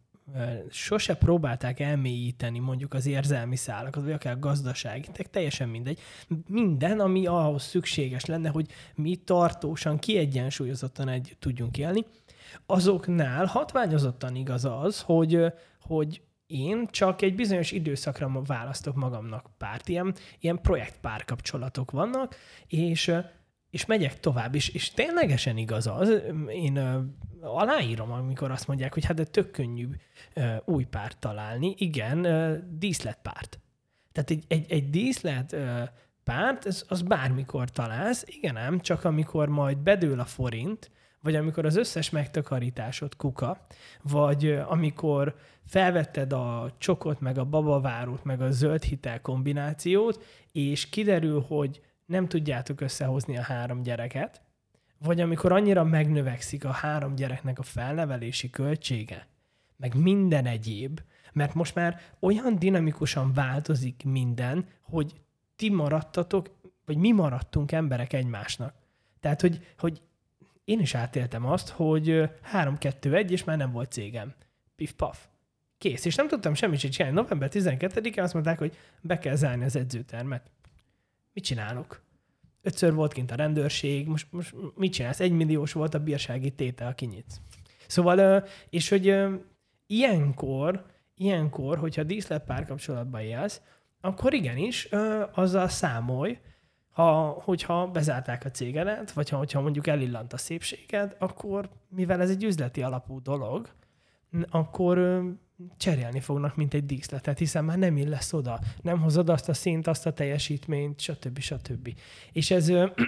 sose próbálták elmélyíteni mondjuk az érzelmi szálakat, vagy akár gazdasági, teljesen mindegy. Minden, ami ahhoz szükséges lenne, hogy mi tartósan, kiegyensúlyozottan együtt tudjunk élni, azoknál hatványozottan igaz az, hogy, hogy én csak egy bizonyos időszakra választok magamnak párt. Ilyen, ilyen projektpárkapcsolatok vannak, és és megyek tovább, és, és ténylegesen igaz az, én uh, aláírom, amikor azt mondják, hogy hát de tök könnyű uh, új párt találni. Igen, uh, díszletpárt. Tehát egy, egy, egy díszlet uh, párt, az, az bármikor találsz, igen ám, csak amikor majd bedől a forint, vagy amikor az összes megtakarításod kuka, vagy uh, amikor felvetted a csokot, meg a babavárót, meg a zöld hitel kombinációt, és kiderül, hogy nem tudjátok összehozni a három gyereket, vagy amikor annyira megnövekszik a három gyereknek a felnevelési költsége, meg minden egyéb, mert most már olyan dinamikusan változik minden, hogy ti maradtatok, vagy mi maradtunk emberek egymásnak. Tehát, hogy, hogy én is átéltem azt, hogy három kettő egy, és már nem volt cégem. Pif-paf. Kész. És nem tudtam semmit sem csinálni. november tizenkettedikén azt mondták, hogy be kell zárni az edzőtermet. Mit csinálok? Ötször volt kint a rendőrség, most, most mit csinálsz? Egymilliós volt a bírsági tétel, aki nyitsz. Szóval, és hogy ilyenkor, ilyenkor, hogyha díszlet párkapcsolatban élsz, akkor igenis azzal számolj, ha, hogyha bezárták a cégedet, vagy ha, hogyha mondjuk elillant a szépséged, akkor, mivel ez egy üzleti alapú dolog, akkor cserélni fognak, mint egy díszletet, hiszen már nem illesz oda, nem hozod azt a szint, azt a teljesítményt, stb. stb. És ez,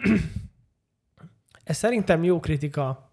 ez szerintem jó kritika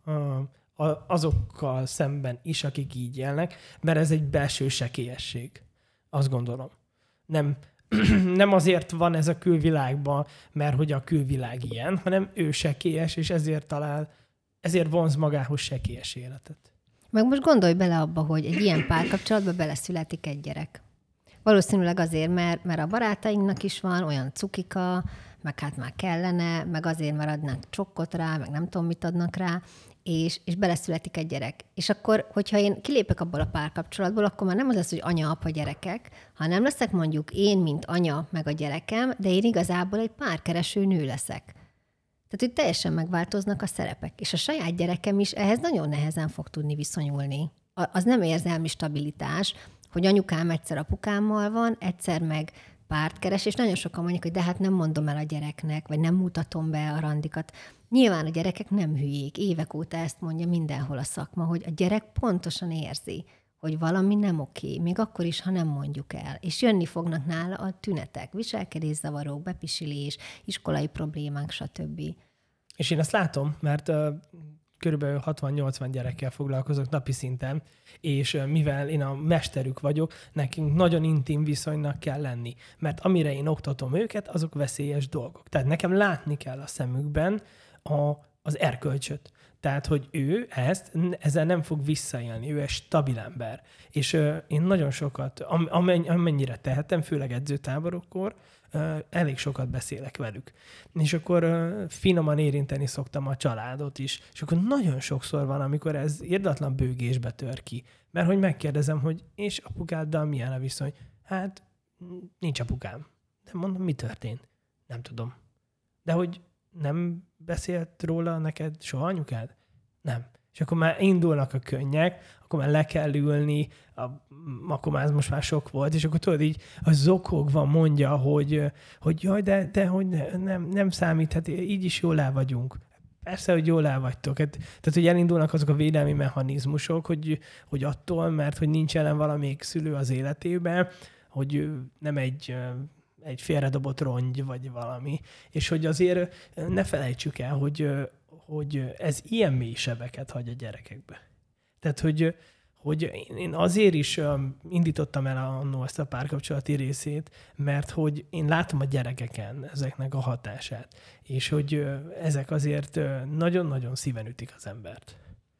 azokkal szemben is, akik így élnek, mert ez egy belső sekélyesség. Azt gondolom. Nem, nem azért van ez a külvilágban, mert hogy a külvilág ilyen, hanem ő sekélyes, és ezért talál, ezért vonz magához sekélyes életet. Meg most gondolj bele abba, hogy egy ilyen párkapcsolatba beleszületik egy gyerek. Valószínűleg azért, mert, mert a barátainknak is van olyan cukika, meg hát már kellene, meg azért, mert adnánk csokkot rá, meg nem tudom, mit adnak rá, és, és beleszületik egy gyerek. És akkor, hogyha én kilépek abból a párkapcsolatból, akkor már nem az lesz, hogy anya, apa, gyerekek, hanem leszek mondjuk én, mint anya, meg a gyerekem, de én igazából egy párkereső nő leszek. Tehát, hogy teljesen megváltoznak a szerepek. És a saját gyerekem is ehhez nagyon nehezen fog tudni viszonyulni. Az nem érzelmi stabilitás, hogy anyukám egyszer apukámmal van, egyszer meg párt keres, és nagyon sokan mondják, hogy de hát nem mondom el a gyereknek, vagy nem mutatom be a randikat. Nyilván a gyerekek nem hülyék. Évek óta ezt mondja mindenhol a szakma, hogy a gyerek pontosan érzi, hogy valami nem oké, még akkor is, ha nem mondjuk el. És jönni fognak nála a tünetek, viselkedészavarok, bepisilés, iskolai problémák, stb. És én ezt látom, mert uh, körülbelül hatvan-nyolcvan gyerekkel foglalkozok napi szinten, és uh, mivel én a mesterük vagyok, nekünk nagyon intim viszonynak kell lenni. Mert amire én oktatom őket, azok veszélyes dolgok. Tehát nekem látni kell a szemükben a, az erkölcsöt. Tehát, hogy ő ezt, ezzel nem fog visszaélni, ő egy stabil ember. És uh, én nagyon sokat, am, amennyire tehetem, főleg edzőtáborokkor, uh, elég sokat beszélek velük. És akkor uh, finoman érinteni szoktam a családot is. És akkor nagyon sokszor van, amikor ez irdatlan bőgésbe tör ki. Mert hogy megkérdezem, hogy és apukáddal milyen a viszony? Hát nincs apukám. De mondom, mi történt? Nem tudom. De hogy nem beszélt róla neked soha anyukád? Nem. És akkor már indulnak a könnyek, akkor már le kell ülni, a, akkor már ez most már sok volt, és akkor tudod így a zokogva mondja, hogy, hogy jaj, de, de hogy nem, nem számít, hát így is jól el vagyunk. Persze, hogy jól el vagytok. Hát, tehát, hogy elindulnak azok a védelmi mechanizmusok, hogy, hogy attól, mert hogy nincs jelen valamelyik szülő az életében, hogy nem egy... egy félredobott rongy, vagy valami. És hogy azért ne felejtsük el, hogy, hogy ez ilyen mély sebeket hagy a gyerekekbe. Tehát, hogy, hogy én azért is indítottam el annó ezt a párkapcsolati részét, mert hogy én látom a gyerekeken ezeknek a hatását. És hogy ezek azért nagyon-nagyon szíven ütik az embert.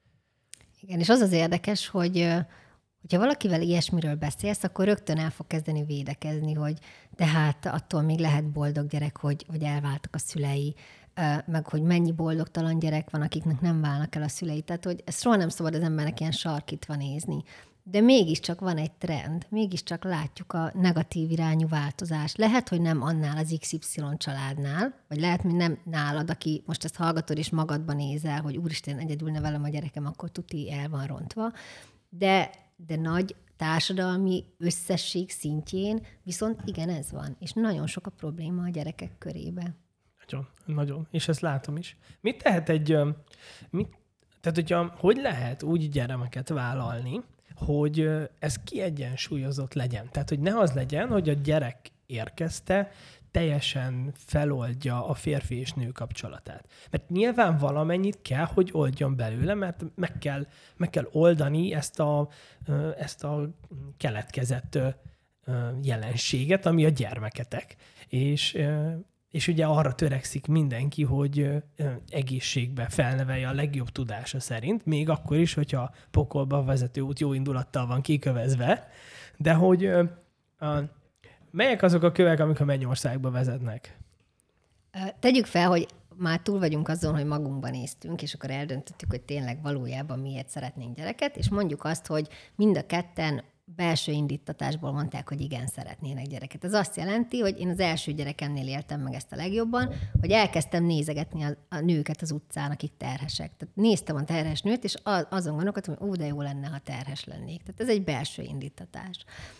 Igen, és az az érdekes, hogy hogyha valakivel ilyesmiről beszélsz, akkor rögtön el fog kezdeni védekezni, hogy de hát attól még lehet boldog gyerek, hogy, hogy elváltak a szülei, meg hogy mennyi boldogtalan gyerek van, akiknek nem válnak el a szülei. Tehát, hogy ezt soha nem szabad az embernek ilyen sarkítva nézni. De mégiscsak van egy trend, mégiscsak látjuk a negatív irányú változást. Lehet, hogy nem annál az iksz ipszilon családnál, vagy lehet, hogy nem nálad, aki most ezt hallgatod és magadban nézel, hogy úristen, egyedül nevelem a gyerekem, akkor tuti el van rontva. De de nagy társadalmi összesség szintjén viszont igen, ez van. És nagyon sok a probléma a gyerekek körében. Nagyon, nagyon. És ezt látom is. Mit tehet egy... Mit, tehát, hogyha, hogy lehet úgy gyermeket vállalni, hogy ez kiegyensúlyozott legyen? Tehát, hogy ne az legyen, hogy a gyerek érkezte, teljesen feloldja a férfi és nő kapcsolatát. Mert nyilván valamennyit kell, hogy oldjon belőle, mert meg kell, meg kell oldani ezt a, ezt a keletkezett jelenséget, ami a gyermeketek. És, és ugye arra törekszik mindenki, hogy egészségbe felnevelje a legjobb tudása szerint, még akkor is, hogyha pokolba a vezető út jó indulattal van kikövezve, de hogy a, melyek azok a kövek, amik a mennyországba vezetnek? Tegyük fel, hogy már túl vagyunk azon, hogy magunkba néztünk, és akkor eldöntöttük, hogy tényleg valójában miért szeretnénk gyereket, és mondjuk azt, hogy mind a ketten belső indítatásból mondták, hogy igen, szeretnének gyereket. Ez azt jelenti, hogy én az első gyerekemnél éltem meg ezt a legjobban, hogy elkezdtem nézegetni a, a nőket az utcán, akik terhesek. Tehát néztem a terhes nőt, és azon gondolkodtam, hogy ó, de jó lenne, ha terhes lennék. Tehát ez egy belső indítatás.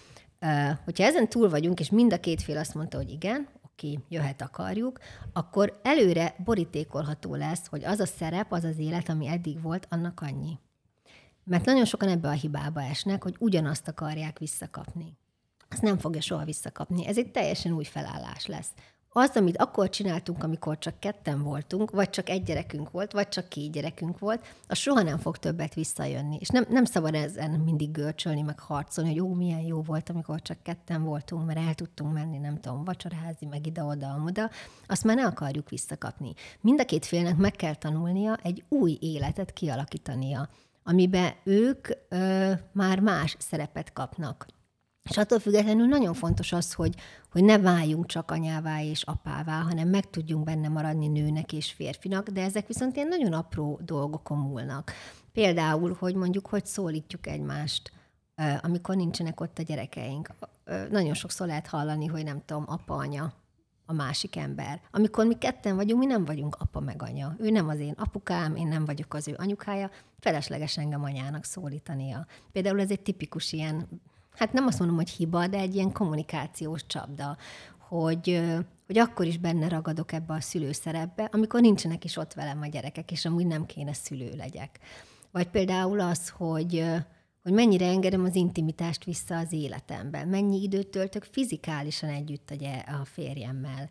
Uh, hogyha ezen túl vagyunk, és mind a két fél azt mondta, hogy igen, oké, jöhet, akarjuk, akkor előre borítékolható lesz, hogy az a szerep, az az élet, ami eddig volt, annak annyi. Mert nagyon sokan ebbe a hibába esnek, hogy ugyanazt akarják visszakapni. Azt nem fogja soha visszakapni. Ez egy teljesen új felállás lesz. Az, amit akkor csináltunk, amikor csak ketten voltunk, vagy csak egy gyerekünk volt, vagy csak két gyerekünk volt, az soha nem fog többet visszajönni. És nem, nem szabad ezen mindig görcsölni, meg harcolni, hogy ó, milyen jó volt, amikor csak ketten voltunk, mert el tudtunk menni, nem tudom, vacsorázni, meg ide-oda, amoda. Azt már ne akarjuk visszakapni. Mind a két félnek meg kell tanulnia egy új életet kialakítania, amiben ők ö, már más szerepet kapnak. És attól függetlenül nagyon fontos az, hogy, hogy ne váljunk csak anyává és apává, hanem meg tudjunk benne maradni nőnek és férfinak, de ezek viszont ilyen nagyon apró dolgokon múlnak. Például, hogy mondjuk, hogy szólítjuk egymást, amikor nincsenek ott a gyerekeink. Nagyon sokszor lehet hallani, hogy nem tudom, apa, anya, a másik ember. Amikor mi ketten vagyunk, mi nem vagyunk apa meg anya. Ő nem az én apukám, én nem vagyok az ő anyukája, felesleges engem anyának szólítania. Például ez egy tipikus ilyen, hát nem azt mondom, hogy hiba, de egy ilyen kommunikációs csapda, hogy, hogy akkor is benne ragadok ebbe a szülőszerepbe, amikor nincsenek is ott velem a gyerekek, és amúgy nem kéne szülő legyek. Vagy például az, hogy, hogy mennyire engedem az intimitást vissza az életembe, mennyi időt töltök fizikálisan együtt a férjemmel.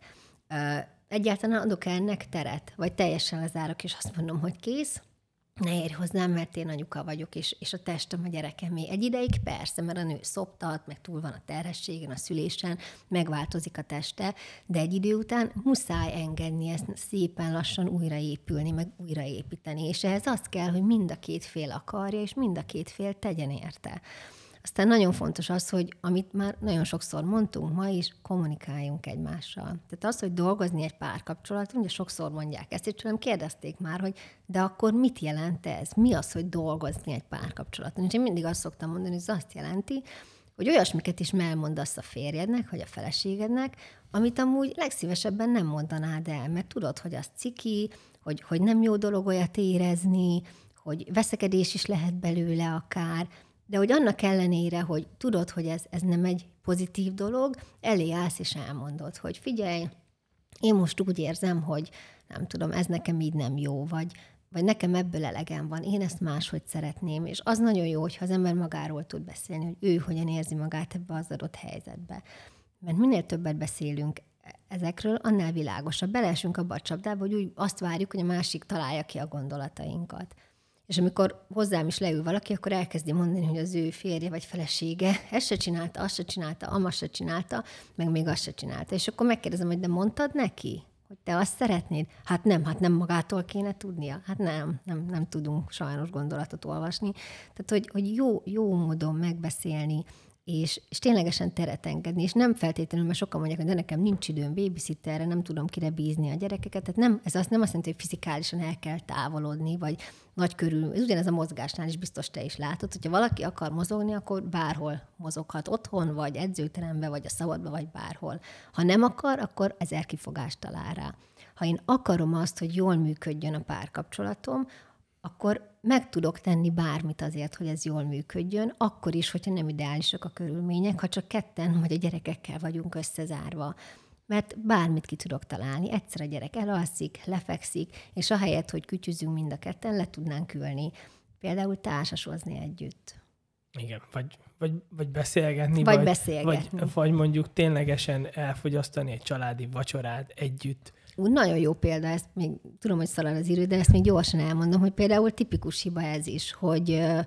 Egyáltalán adok ennek teret, vagy teljesen lezárok, és azt mondom, hogy kész, ne érj hozzám, mert én anyuka vagyok, és, és a testem a gyerekemé. Egy ideig persze, mert a nő szoptat, meg túl van a terhességen, a szülésen, megváltozik a teste, de egy idő után muszáj engedni ezt szépen lassan újraépülni, meg újraépíteni. És ehhez az kell, hogy mind a két fél akarja, és mind a két fél tegyen érte. Aztán nagyon fontos az, hogy amit már nagyon sokszor mondtunk ma is, kommunikáljunk egymással. Tehát az, hogy dolgozni egy párkapcsolaton, ugye sokszor mondják ezt, és tőlem kérdezték már, hogy de akkor mit jelent ez? Mi az, hogy dolgozni egy párkapcsolaton? És én mindig azt szoktam mondani, hogy ez azt jelenti, hogy olyasmiket is elmondasz a férjednek, vagy a feleségednek, amit amúgy legszívesebben nem mondanád el, mert tudod, hogy az ciki, hogy, hogy nem jó dolog olyat érezni, hogy veszekedés is lehet belőle akár, de hogy annak ellenére, hogy tudod, hogy ez, ez nem egy pozitív dolog, elé állsz és elmondod, hogy figyelj, én most úgy érzem, hogy nem tudom, ez nekem így nem jó, vagy, vagy nekem ebből elegem van, én ezt máshogy szeretném, és az nagyon jó, hogyha az ember magáról tud beszélni, hogy ő hogyan érzi magát ebbe az adott helyzetbe. Mert minél többet beszélünk ezekről, annál világosabb. Beleesünk abba a csapdába, hogy úgy azt várjuk, hogy a másik találja ki a gondolatainkat. És amikor hozzám is leül valaki, akkor elkezdi mondani, hogy az ő férje vagy felesége ezt se csinálta, azt se csinálta, amaz se csinálta, meg még azt se csinálta. És akkor megkérdezem, hogy de mondtad neki, hogy te azt szeretnéd? Hát nem, hát nem magától kéne tudnia. Hát nem, nem, nem tudunk sajnos gondolatot olvasni. Tehát, hogy, hogy jó, jó módon megbeszélni, és, és ténylegesen teret engedni, és nem feltétlenül, mert sokan mondják, hogy de nekem nincs időm babysitterre, nem tudom kire bízni a gyerekeket, tehát nem, ez azt nem azt jelenti, hogy fizikálisan el kell távolodni, vagy nagy körül, ez ugyanez a mozgásnál is biztos te is látod, hogyha valaki akar mozogni, akkor bárhol mozoghat, otthon, vagy edzőteremben, vagy a szabadban, vagy bárhol. Ha nem akar, akkor ezer kifogást talál rá. Ha én akarom azt, hogy jól működjön a párkapcsolatom, akkor meg tudok tenni bármit azért, hogy ez jól működjön, akkor is, hogyha nem ideálisak a körülmények, ha csak ketten vagy a gyerekekkel vagyunk összezárva. Mert bármit ki tudok találni. Egyszer a gyerek elalszik, lefekszik, és ahelyett, hogy kütyüzünk mind a ketten, le tudnánk ülni. Például társasozni együtt. Igen, vagy, vagy, vagy beszélgetni. Vagy vagy beszélgetni. Vagy, vagy mondjuk ténylegesen elfogyasztani egy családi vacsorát együtt. Ú, nagyon jó példa, ezt még tudom, hogy szalad az idő, de ezt még gyorsan elmondom, hogy például tipikus hiba ez is, hogy,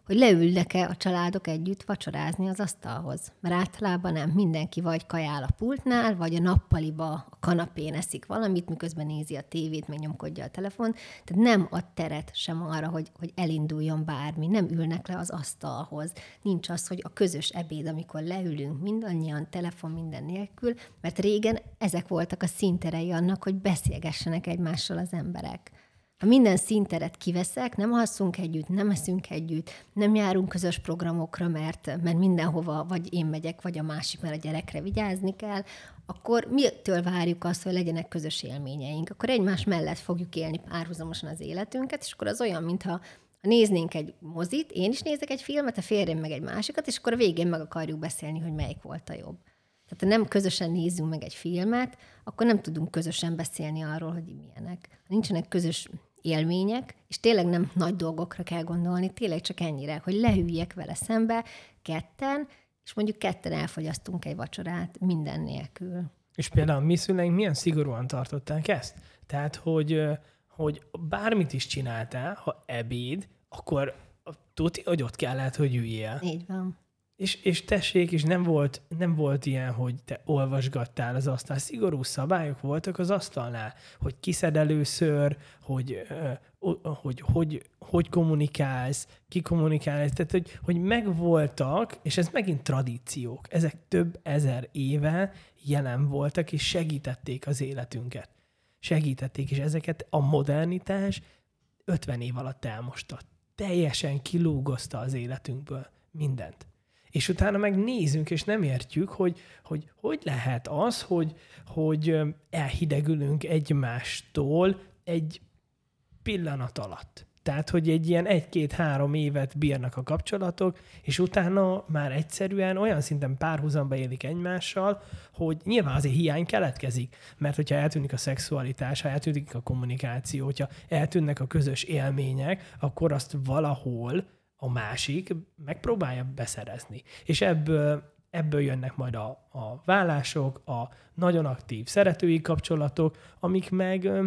hogy leülnek-e a családok együtt vacsorázni az asztalhoz. Mert általában nem, mindenki vagy kajál a pultnál, vagy a nappaliba a kanapén eszik valamit, miközben nézi a tévét, meg nyomkodja a telefon. Tehát nem ad teret sem arra, hogy, hogy elinduljon bármi, nem ülnek le az asztalhoz. Nincs az, hogy a közös ebéd, amikor leülünk mindannyian, telefon minden nélkül, mert régen ezek voltak a színterei annak, hogy beszélgessenek egymással az emberek. Ha minden színteret kiveszek, nem alszunk együtt, nem eszünk együtt, nem járunk közös programokra, mert, mert mindenhova vagy én megyek, vagy a másik, mert a gyerekre vigyázni kell, akkor mitől várjuk azt, hogy legyenek közös élményeink? Akkor egymás mellett fogjuk élni párhuzamosan az életünket, és akkor az olyan, mintha ha néznénk egy mozit, én is nézek egy filmet, a férjem meg egy másikat, és akkor a végén meg akarjuk beszélni, hogy melyik volt a jobb. Tehát ha nem közösen nézzünk meg egy filmet, akkor nem tudunk közösen beszélni arról, hogy milyenek. Ha nincsenek közös élmények, és tényleg nem nagy dolgokra kell gondolni, tényleg csak ennyire, hogy leüljek vele szembe ketten, és mondjuk ketten elfogyasztunk egy vacsorát minden nélkül. És például mi szüleink milyen szigorúan tartották ezt? Tehát, hogy, hogy bármit is csináltál, ha ebéd, akkor tudni, hogy ott kellett, hogy üljél. Így van. És, és tessék, és nem volt, nem volt ilyen, hogy te olvasgattál az asztal. Szigorú szabályok voltak az asztalnál, hogy kiszed először, hogy hogy, hogy, hogy, hogy kommunikálsz, ki kommunikálsz, tehát hogy, hogy megvoltak, és ez megint tradíciók. Ezek több ezer éve jelen voltak, és segítették az életünket. Segítették, és ezeket a modernitás ötven év alatt elmosta. Teljesen kilúgozta az életünkből mindent. És utána meg nézünk, és nem értjük, hogy hogy, hogy lehet az, hogy, hogy elhidegülünk egymástól egy pillanat alatt. Tehát, hogy egy ilyen egy-két-három évet bírnak a kapcsolatok, és utána már egyszerűen olyan szinten párhuzamba élik egymással, hogy nyilván azért hiány keletkezik. Mert hogyha eltűnik a szexualitás, ha eltűnik a kommunikáció, hogyha eltűnnek a közös élmények, akkor azt valahol a másik megpróbálja beszerezni. És ebből, ebből jönnek majd a, a vállások, a nagyon aktív szeretői kapcsolatok, amik meg ö,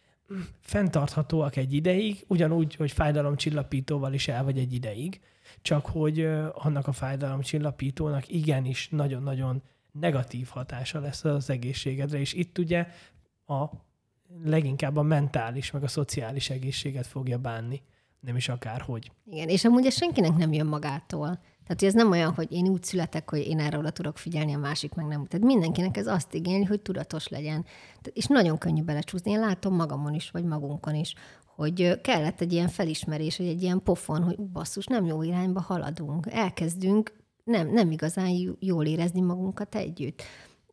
fenntarthatóak egy ideig, ugyanúgy, hogy fájdalomcsillapítóval is el vagy egy ideig, csak hogy ö, annak a fájdalomcsillapítónak igenis nagyon-nagyon negatív hatása lesz az egészségedre, és itt ugye a leginkább a mentális, meg a szociális egészséget fogja bánni. Nem is akárhogy. Igen, és amúgy ez senkinek nem jön magától. Tehát ez nem olyan, hogy én úgy születek, hogy én erre oda tudok figyelni, a másik meg nem. Tehát mindenkinek ez azt igényli, hogy tudatos legyen. És nagyon könnyű belecsúszni. Én látom magamon is, vagy magunkon is, hogy kellett egy ilyen felismerés, vagy egy ilyen pofon, hogy basszus, nem jó irányba haladunk. Elkezdünk nem, nem igazán jól érezni magunkat együtt.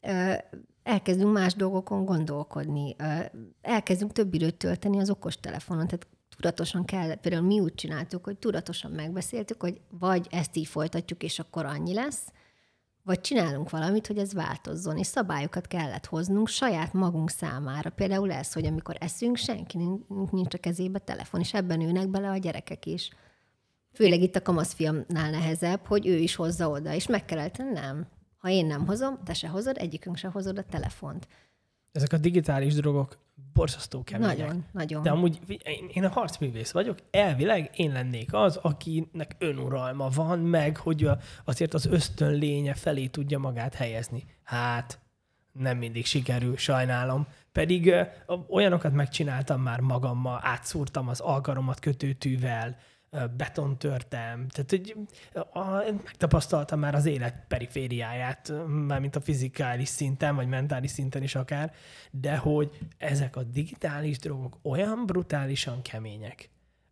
Elkezdünk más dolgokon gondolkodni. Elkezdünk több időt tölteni az okostelefonon. Tehát tudatosan kell, például mi úgy csináltuk, hogy tudatosan megbeszéltük, hogy vagy ezt így folytatjuk, és akkor annyi lesz, vagy csinálunk valamit, hogy ez változzon, és szabályokat kellett hoznunk saját magunk számára. Például ez, hogy amikor eszünk, senkinek nincs a kezébe telefon, és ebben ülnek bele a gyerekek is. Főleg itt a kamaszfiamnál nehezebb, hogy ő is hozza oda, és meg kell tenni, nem. Ha én nem hozom, te se hozod, egyikünk se hozod a telefont. Ezek a digitális drogok borzasztó kemények. Nagyon, nagyon. De amúgy én a harcművész vagyok, elvileg én lennék az, akinek önuralma van, meg hogy azért az ösztönlénye felé tudja magát helyezni. Hát, nem mindig sikerül, sajnálom. Pedig ö, olyanokat megcsináltam már magammal, átszúrtam az alkaromat kötőtűvel, betontörtem, tehát hogy megtapasztaltam már az élet perifériáját, mármint a fizikális szinten, vagy mentális szinten is akár, de hogy ezek a digitális drogok olyan brutálisan kemények,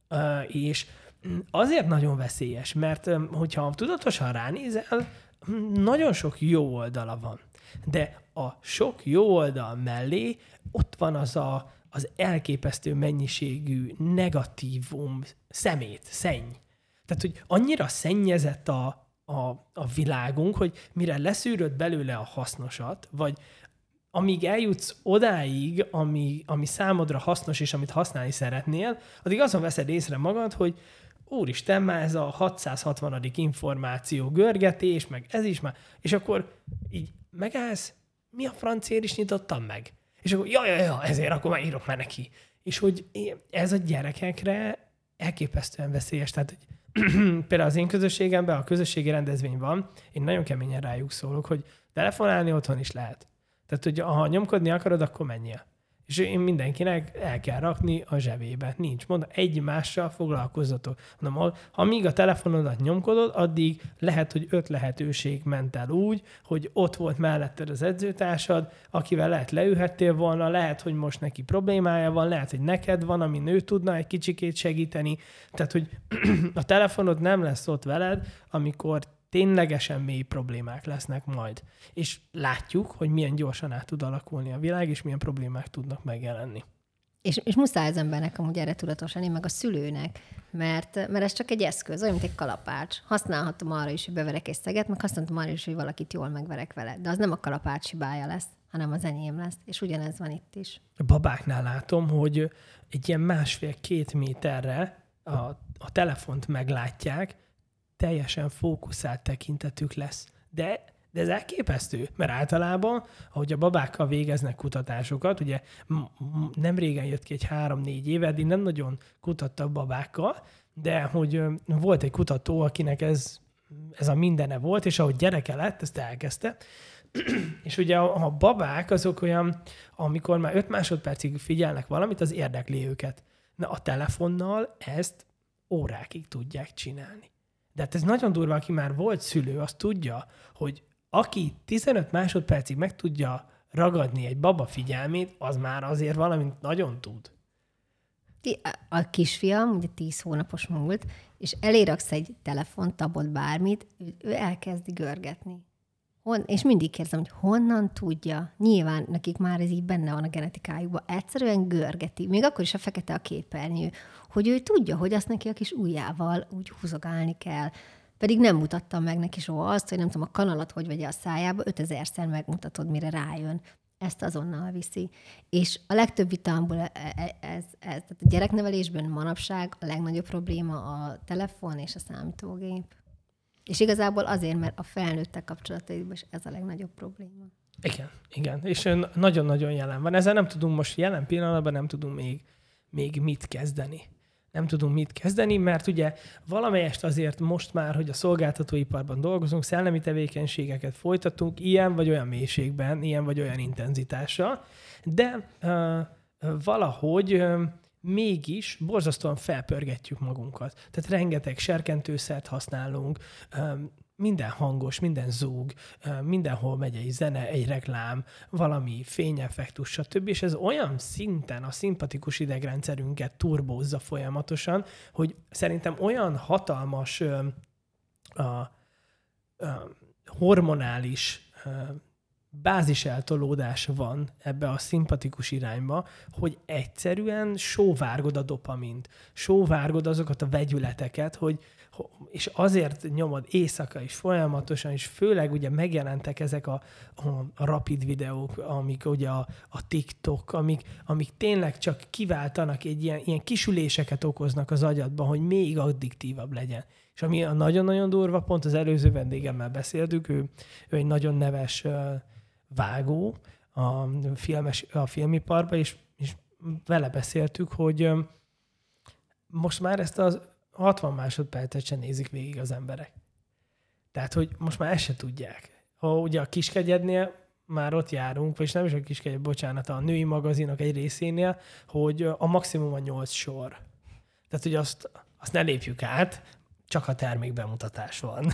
és azért nagyon veszélyes, mert hogyha tudatosan ránézel, nagyon sok jó oldala van, de a sok jó oldal mellé ott van az a az elképesztő mennyiségű negatívum, szemét, szenny. Tehát, hogy annyira szennyezett a, a, a világunk, hogy mire leszűröd belőle a hasznosat, vagy amíg eljutsz odáig, ami, ami számodra hasznos, és amit használni szeretnél, addig azon veszed észre magad, hogy úristen, már ez a hatszázhatvanadik információ görgetés, meg ez is már, és akkor így megállsz, mi a francért is nyitottam meg? És akkor, ja, ja, ja, ezért akkor már írok már neki. És hogy ez a gyerekekre elképesztően veszélyes. Tehát, hogy például az én közösségemben, a közösségi rendezvény van, én nagyon keményen rájuk szólok, hogy telefonálni otthon is lehet. Tehát, hogy ha nyomkodni akarod, akkor menjél. És én mindenkinek el kell rakni a zsebébe. Nincs, mondom, egymással foglalkozzatok. Mondom, amíg a telefonodat nyomkodod, addig lehet, hogy öt lehetőség ment el úgy, hogy ott volt melletted az edzőtársad, akivel lehet leülhettél volna, lehet, hogy most neki problémája van, lehet, hogy neked van, ami nő tudna egy kicsikét segíteni. Tehát, hogy a telefonod nem lesz ott veled, amikor ténylegesen mély problémák lesznek majd. És látjuk, hogy milyen gyorsan át tud alakulni a világ, és milyen problémák tudnak megjelenni. És, és muszáj az embernek amúgy erre tudatos lenni, meg a szülőnek, mert, mert ez csak egy eszköz, olyan, mint egy kalapács. Használhatom arra is, hogy beverek egy szeget, meg használhatom arra is, hogy valakit jól megverek vele. De az nem a kalapács hibája lesz, hanem az enyém lesz. És ugyanez van itt is. A babáknál látom, hogy egy ilyen másfél-két méterre a, a telefont meglátják, teljesen fókuszált tekintetük lesz. De, de ez elképesztő, mert általában, ahogy a babákkal végeznek kutatásokat, ugye nem régen jött ki egy három-négy éve, eddig nem nagyon kutattak babákkal, de hogy volt egy kutató, akinek ez, ez a mindene volt, és ahogy gyereke lett, ezt elkezdte. És ugye a, a babák azok olyan, amikor már öt másodpercig figyelnek valamit, az érdekli őket. Na a telefonnal ezt órákig tudják csinálni. De hát ez nagyon durva, aki már volt szülő, az tudja, hogy aki tizenöt másodpercig meg tudja ragadni egy baba figyelmét, az már azért valamint nagyon tud. A kisfiam, ugye tíz hónapos múlt, és eléraksz egy telefont, tabot, bármit, ő, ő elkezdi görgetni. Hon, és mindig kérdezem, hogy honnan tudja. Nyilván nekik már ez így benne van a genetikájukban. Egyszerűen görgeti. Még akkor is a fekete a képernyő. Hogy ő tudja, hogy azt neki a kis ujjával úgy húzogálni kell. Pedig nem mutattam meg neki soha azt, hogy nem tudom, a kanalat hogy vegye a szájába, ötezerszer megmutatod, mire rájön. Ezt azonnal viszi. És a legtöbb vitamból ez, ez, ez tehát a gyereknevelésben manapság a legnagyobb probléma a telefon és a számítógép. És igazából azért, mert a felnőttek kapcsolataiban is ez a legnagyobb probléma. Igen, igen. És nagyon-nagyon jelen van. Ezzel nem tudunk most jelen pillanatban, nem tudunk még, még mit kezdeni. Nem tudunk mit kezdeni, mert ugye valamelyest azért most már, hogy a szolgáltatóiparban dolgozunk, szellemi tevékenységeket folytatunk, ilyen vagy olyan mélységben, ilyen vagy olyan intenzitással, de uh, valahogy uh, mégis borzasztóan felpörgetjük magunkat. Tehát rengeteg serkentőszert használunk, minden hangos, minden zúg, mindenhol megy egy zene, egy reklám, valami fényeffektus, stb. És ez olyan szinten a szimpatikus idegrendszerünket turbózza folyamatosan, hogy szerintem olyan hatalmas uh, uh, uh, hormonális uh, báziseltolódás van ebbe a szimpatikus irányba, hogy egyszerűen sóvárgod a dopamint, sóvárgod azokat a vegyületeket, hogy, és azért nyomod éjszaka is folyamatosan, és főleg ugye megjelentek ezek a, a, a rapid videók, amik ugye a, a TikTok, amik, amik tényleg csak kiváltanak egy ilyen, ilyen kisüléseket okoznak az agyadban, hogy még addiktívabb legyen. És ami a nagyon-nagyon durva, pont az előző vendégemmel beszéltük, ő, ő egy nagyon neves uh, vágó a, filmes, a filmiparban, és, és vele beszéltük, hogy um, most már ezt az hatvan másodpercet sem nézik végig az emberek. Tehát, hogy most már ezt se tudják. Ha ugye a Kiskegyednél már ott járunk, vagy nem is a Kiskegyed, bocsánat, a női magazinok egy részénél, hogy a maximum a nyolc sor. Tehát, hogy azt, azt ne lépjük át, csak a termékbemutatás van.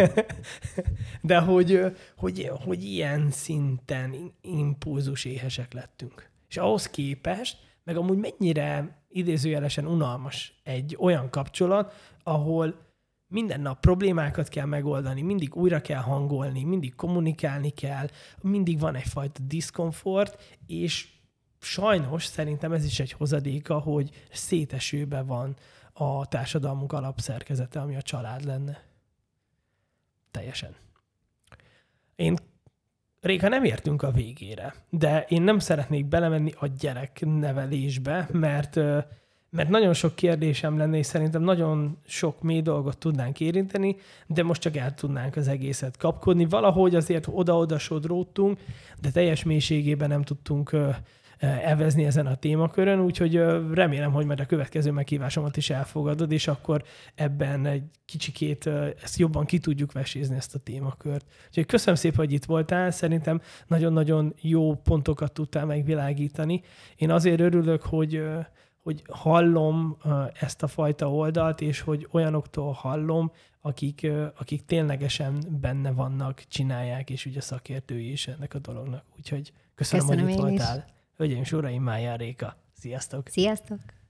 De hogy, hogy, hogy ilyen szinten impulzus éhesek lettünk. És ahhoz képest, meg amúgy mennyire idézőjelesen unalmas egy olyan kapcsolat, ahol minden nap problémákat kell megoldani, mindig újra kell hangolni, mindig kommunikálni kell, mindig van egyfajta diszkomfort, és sajnos szerintem ez is egy hozadéka, hogy szétesőbe van a társadalmunk alapszerkezete, ami a család lenne. Teljesen. Én Réka nem értünk a végére, de én nem szeretnék belemenni a gyereknevelésbe, mert, mert nagyon sok kérdésem lenne, és szerintem nagyon sok mély dolgot tudnánk érinteni, de most csak el tudnánk az egészet kapkodni. Valahogy azért oda-oda sodródtunk, de teljes mélységében nem tudtunk evezni ezen a témakörön, úgyhogy remélem, hogy majd a következő meghívásomat is elfogadod, és akkor ebben egy kicsikét ezt jobban ki tudjuk vesézni, ezt a témakört. Úgyhogy köszönöm szépen, hogy itt voltál, szerintem nagyon-nagyon jó pontokat tudtál megvilágítani. Én azért örülök, hogy hogy hallom ezt a fajta oldalt, és hogy olyanoktól hallom, akik, akik ténylegesen benne vannak, csinálják, és ugye szakértői is ennek a dolognak. Úgyhogy köszönöm, köszönöm hogy itt voltál. Hölgyeim és uraim, Májár Réka. Sziasztok! Sziasztok!